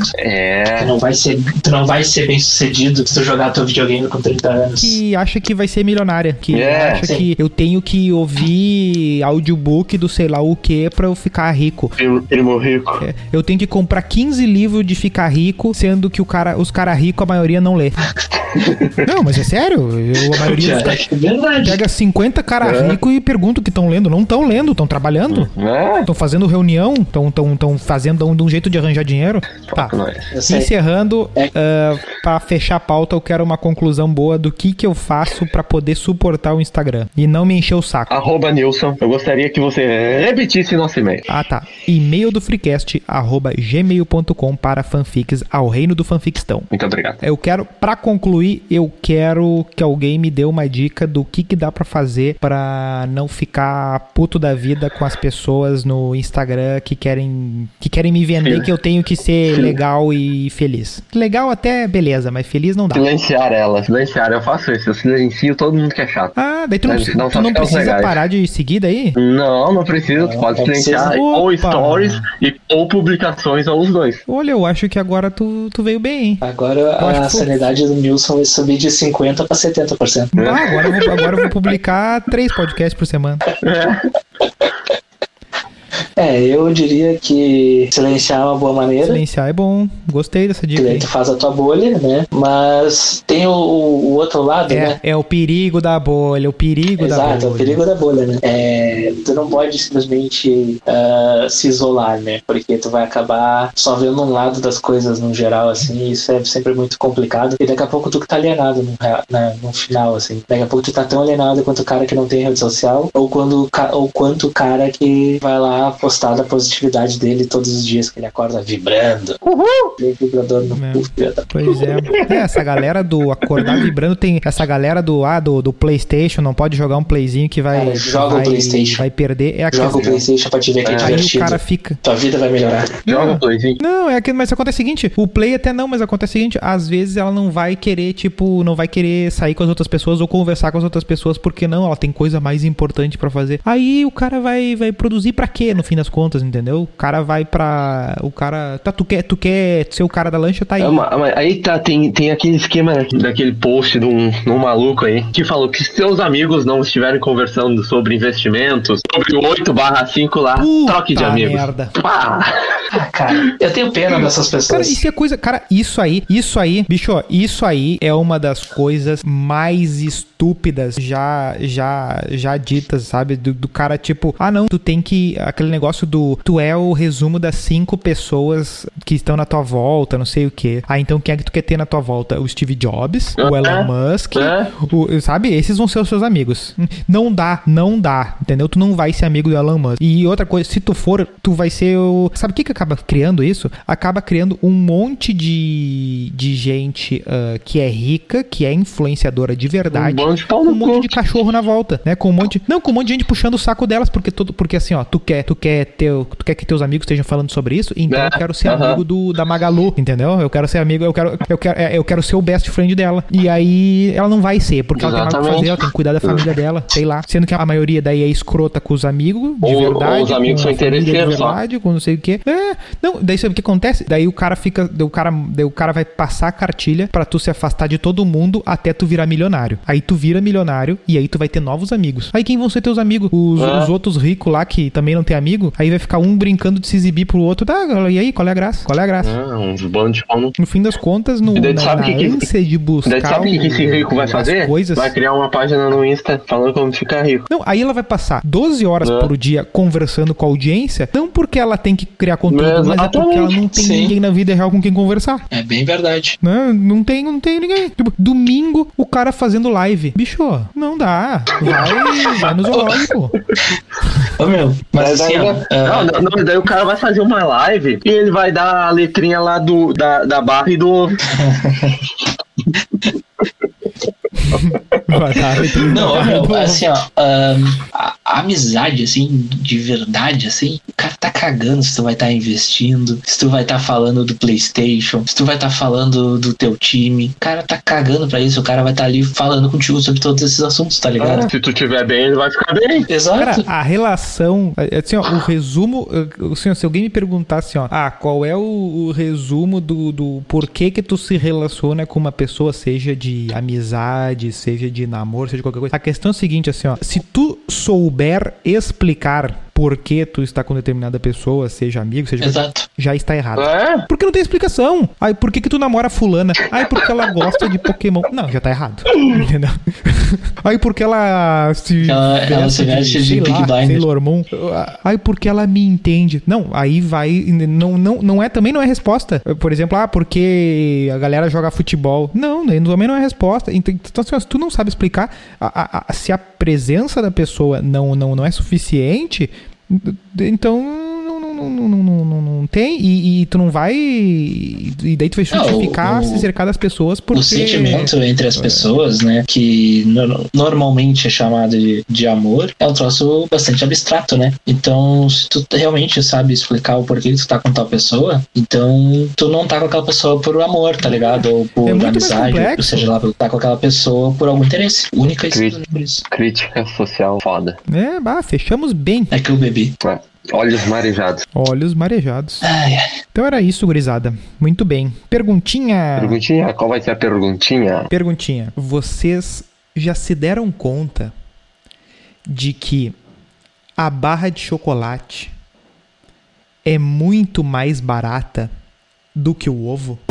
Tu não vai ser bem sucedido se tu jogar teu videogame com 30 anos. que acha que vai ser milionária, que acha sim. que eu tenho que ouvir audiobook do sei lá o que pra eu ficar rico. Primo rico. Eu tenho que comprar 15 livros de ficar rico, sendo que os cara ricos, a maioria não lê. Não, mas é sério. A maioria dos caras É verdade. pega 50 caras ricos e pergunta o que estão lendo. Não estão lendo, estão trabalhando. Estão fazendo reunião, estão fazendo de um jeito de arranjar dinheiro. Tá. Eu sei. Encerrando, pra fechar a pauta, eu quero uma conclusão boa do que eu faço pra poder suportar o Instagram e não me encher o saco. @Nilson, eu gostaria que você repetisse nosso e-mail. Tá. E-mail do Freecast, @gmail.com para fanfics ao reino do fanficstão. Muito obrigado. Eu quero, pra concluir, eu quero que alguém me dê uma dica do que dá pra fazer pra não ficar puto da vida com as pessoas no Instagram que querem me vender que eu tenho que ser legal e feliz. Legal até, beleza, mas feliz não dá. Silenciar, eu faço isso, eu silencio todo mundo que é chato. Daí tu não precisa parar de seguir daí? Não precisa, tu pode silenciar ou stories ou publicações ou os dois. Olha, eu acho que agora tu veio bem, hein? Agora a sanidade do Nilson vai subir de 50% para 70%. Agora eu vou publicar 3 podcasts por semana. Eu diria que silenciar é uma boa maneira. Silenciar é bom. Gostei dessa dica. Que daí tu faz a tua bolha, né? Mas tem o outro lado, né? É o perigo da bolha, Exato, é o perigo da bolha, né? Tu não pode simplesmente se isolar, né? Porque tu vai acabar só vendo um lado das coisas no geral, assim, e isso é sempre muito complicado. E daqui a pouco tu que tá alienado no final, assim. Daqui a pouco tu tá tão alienado quanto o cara que não tem rede social, ou quanto o cara que vai lá postar da positividade dele todos os dias que ele acorda vibrando. Tem vibrador no cu, filho da... Pois é. Essa galera do acordar vibrando, tem essa galera do PlayStation, não pode jogar um playzinho que vai o PlayStation. Vai perder. Joga o PlayStation pra te ver que é divertido. Aí o cara fica... Tua vida vai melhorar. Joga o playzinho. Não, mas acontece o seguinte, o play até não, mas acontece o seguinte, às vezes ela não vai querer, não vai querer sair com as outras pessoas ou conversar com as outras pessoas, porque não, ela tem coisa mais importante pra fazer. Aí o cara vai produzir pra quê, no fim das contas, entendeu? O cara vai pra... tu quer ser o cara da lancha, tá aí. Aí tá, tem aquele esquema daquele post de um maluco aí, que falou que se seus amigos não estiverem conversando sobre investimentos, sobre o 8/5 lá, troque de amigos. Merda. Ah, cara, eu tenho pena dessas Cara, pessoas. isso é coisa. Cara, isso aí, bicho, ó, isso aí é uma das coisas mais estúpidas já ditas, sabe? Do cara, tipo, não, tu tem que. Aquele negócio do. Tu é o resumo das 5 pessoas que estão na tua volta, não sei o quê. Então quem é que tu quer ter na tua volta? O Steve Jobs, o Elon Musk, sabe? Esses vão ser os seus amigos. Não dá, entendeu? Tu não vai ser amigo do Elon Musk. E outra coisa, se tu for, tu vai ser o. Sabe o que acaba criando isso? Acaba criando um monte de gente que é rica, que é influenciadora de verdade, com um monte de cachorro na volta, né? Com um monte de gente puxando o saco delas, porque assim, ó, tu quer que teus amigos estejam falando sobre isso, então eu quero ser amigo da Magalu, entendeu? Eu quero ser amigo, eu quero ser o best friend dela. E aí ela não vai ser, porque ela tem mais o que fazer, ela tem que cuidar da família dela, sei lá. Sendo que a maioria daí é escrota com os amigos de verdade, ou os amigos são interesseiros só. Com não sei o quê. Não, daí sabe o que acontece? Daí o cara vai passar a cartilha pra tu se afastar de todo mundo até tu virar milionário. Aí tu vira milionário e aí tu vai ter novos amigos. Aí quem vão ser teus amigos? Os outros ricos lá que também não tem amigo. Aí vai ficar um brincando de se exibir pro outro. Tá, e aí, qual é a graça? Uns bandos de pau. No fim das contas, na ânsia de buscar. Daí sabe o que esse rico vai fazer? Vai criar uma página no Insta falando como ficar rico. Não, aí ela vai passar 12 horas por dia conversando com a audiência, não porque ela tem que criar conteúdo, mas é porque ela não tem ninguém na vida real com quem conversar. É bem verdade. Não tem ninguém. Tipo, domingo, o cara fazendo live. Bicho, não dá. Vai no zoológico. Ô, meu, mas assim, Não, daí o cara vai fazer uma live e ele vai dar a letrinha lá da barra e do ovo. Não, assim, ó, a amizade, assim, de verdade, assim, o cara tá cagando se tu vai estar investindo, se tu vai estar falando do PlayStation, se tu vai estar falando do teu time. O cara tá cagando pra isso, o cara vai estar ali falando contigo sobre todos esses assuntos, tá ligado? Se tu tiver bem, ele vai ficar bem. Exato. Cara, a relação, assim, ó, o resumo, assim, se alguém me perguntasse, ó, qual é o resumo do porquê que tu se relaciona com uma pessoa, seja de amizade, seja de namoro, seja de qualquer coisa. A questão é a seguinte, assim, ó, se tu souber explicar por que tu está com determinada pessoa, seja amigo, seja... Exato. Já está errado. Porque não tem explicação. Aí, por que tu namora fulana? Aí, porque ela gosta de Pokémon. Não, já tá errado. Entendeu? Aí, porque ela se veste de Peaky Blinders. Sailor Moon. Aí, porque ela me entende. Não, aí vai... Não é, também não é resposta. Por exemplo, porque a galera joga futebol. Não, também não é resposta. Então, se tu não sabe explicar, se a presença da pessoa não é suficiente... Então não tem e tu não vai e daí tu vai justificar se cercar das pessoas porque... O sentimento entre as pessoas, né, que normalmente é chamado de amor, é um troço bastante abstrato, né? Então, se tu realmente sabe explicar o porquê que tu tá com tal pessoa, então tu não tá com aquela pessoa por amor, tá ligado? Ou por amizade, ou seja lá, tu tá com aquela pessoa por algum interesse. Única e exclusiva por isso. Crítica social foda. Fechamos bem. É que eu bebi. Olhos marejados. Olhos marejados. Então era isso, gurizada. Muito bem. Perguntinha. Qual vai ser a perguntinha? Perguntinha. Vocês já se deram conta de que a barra de chocolate é muito mais barata do que o ovo?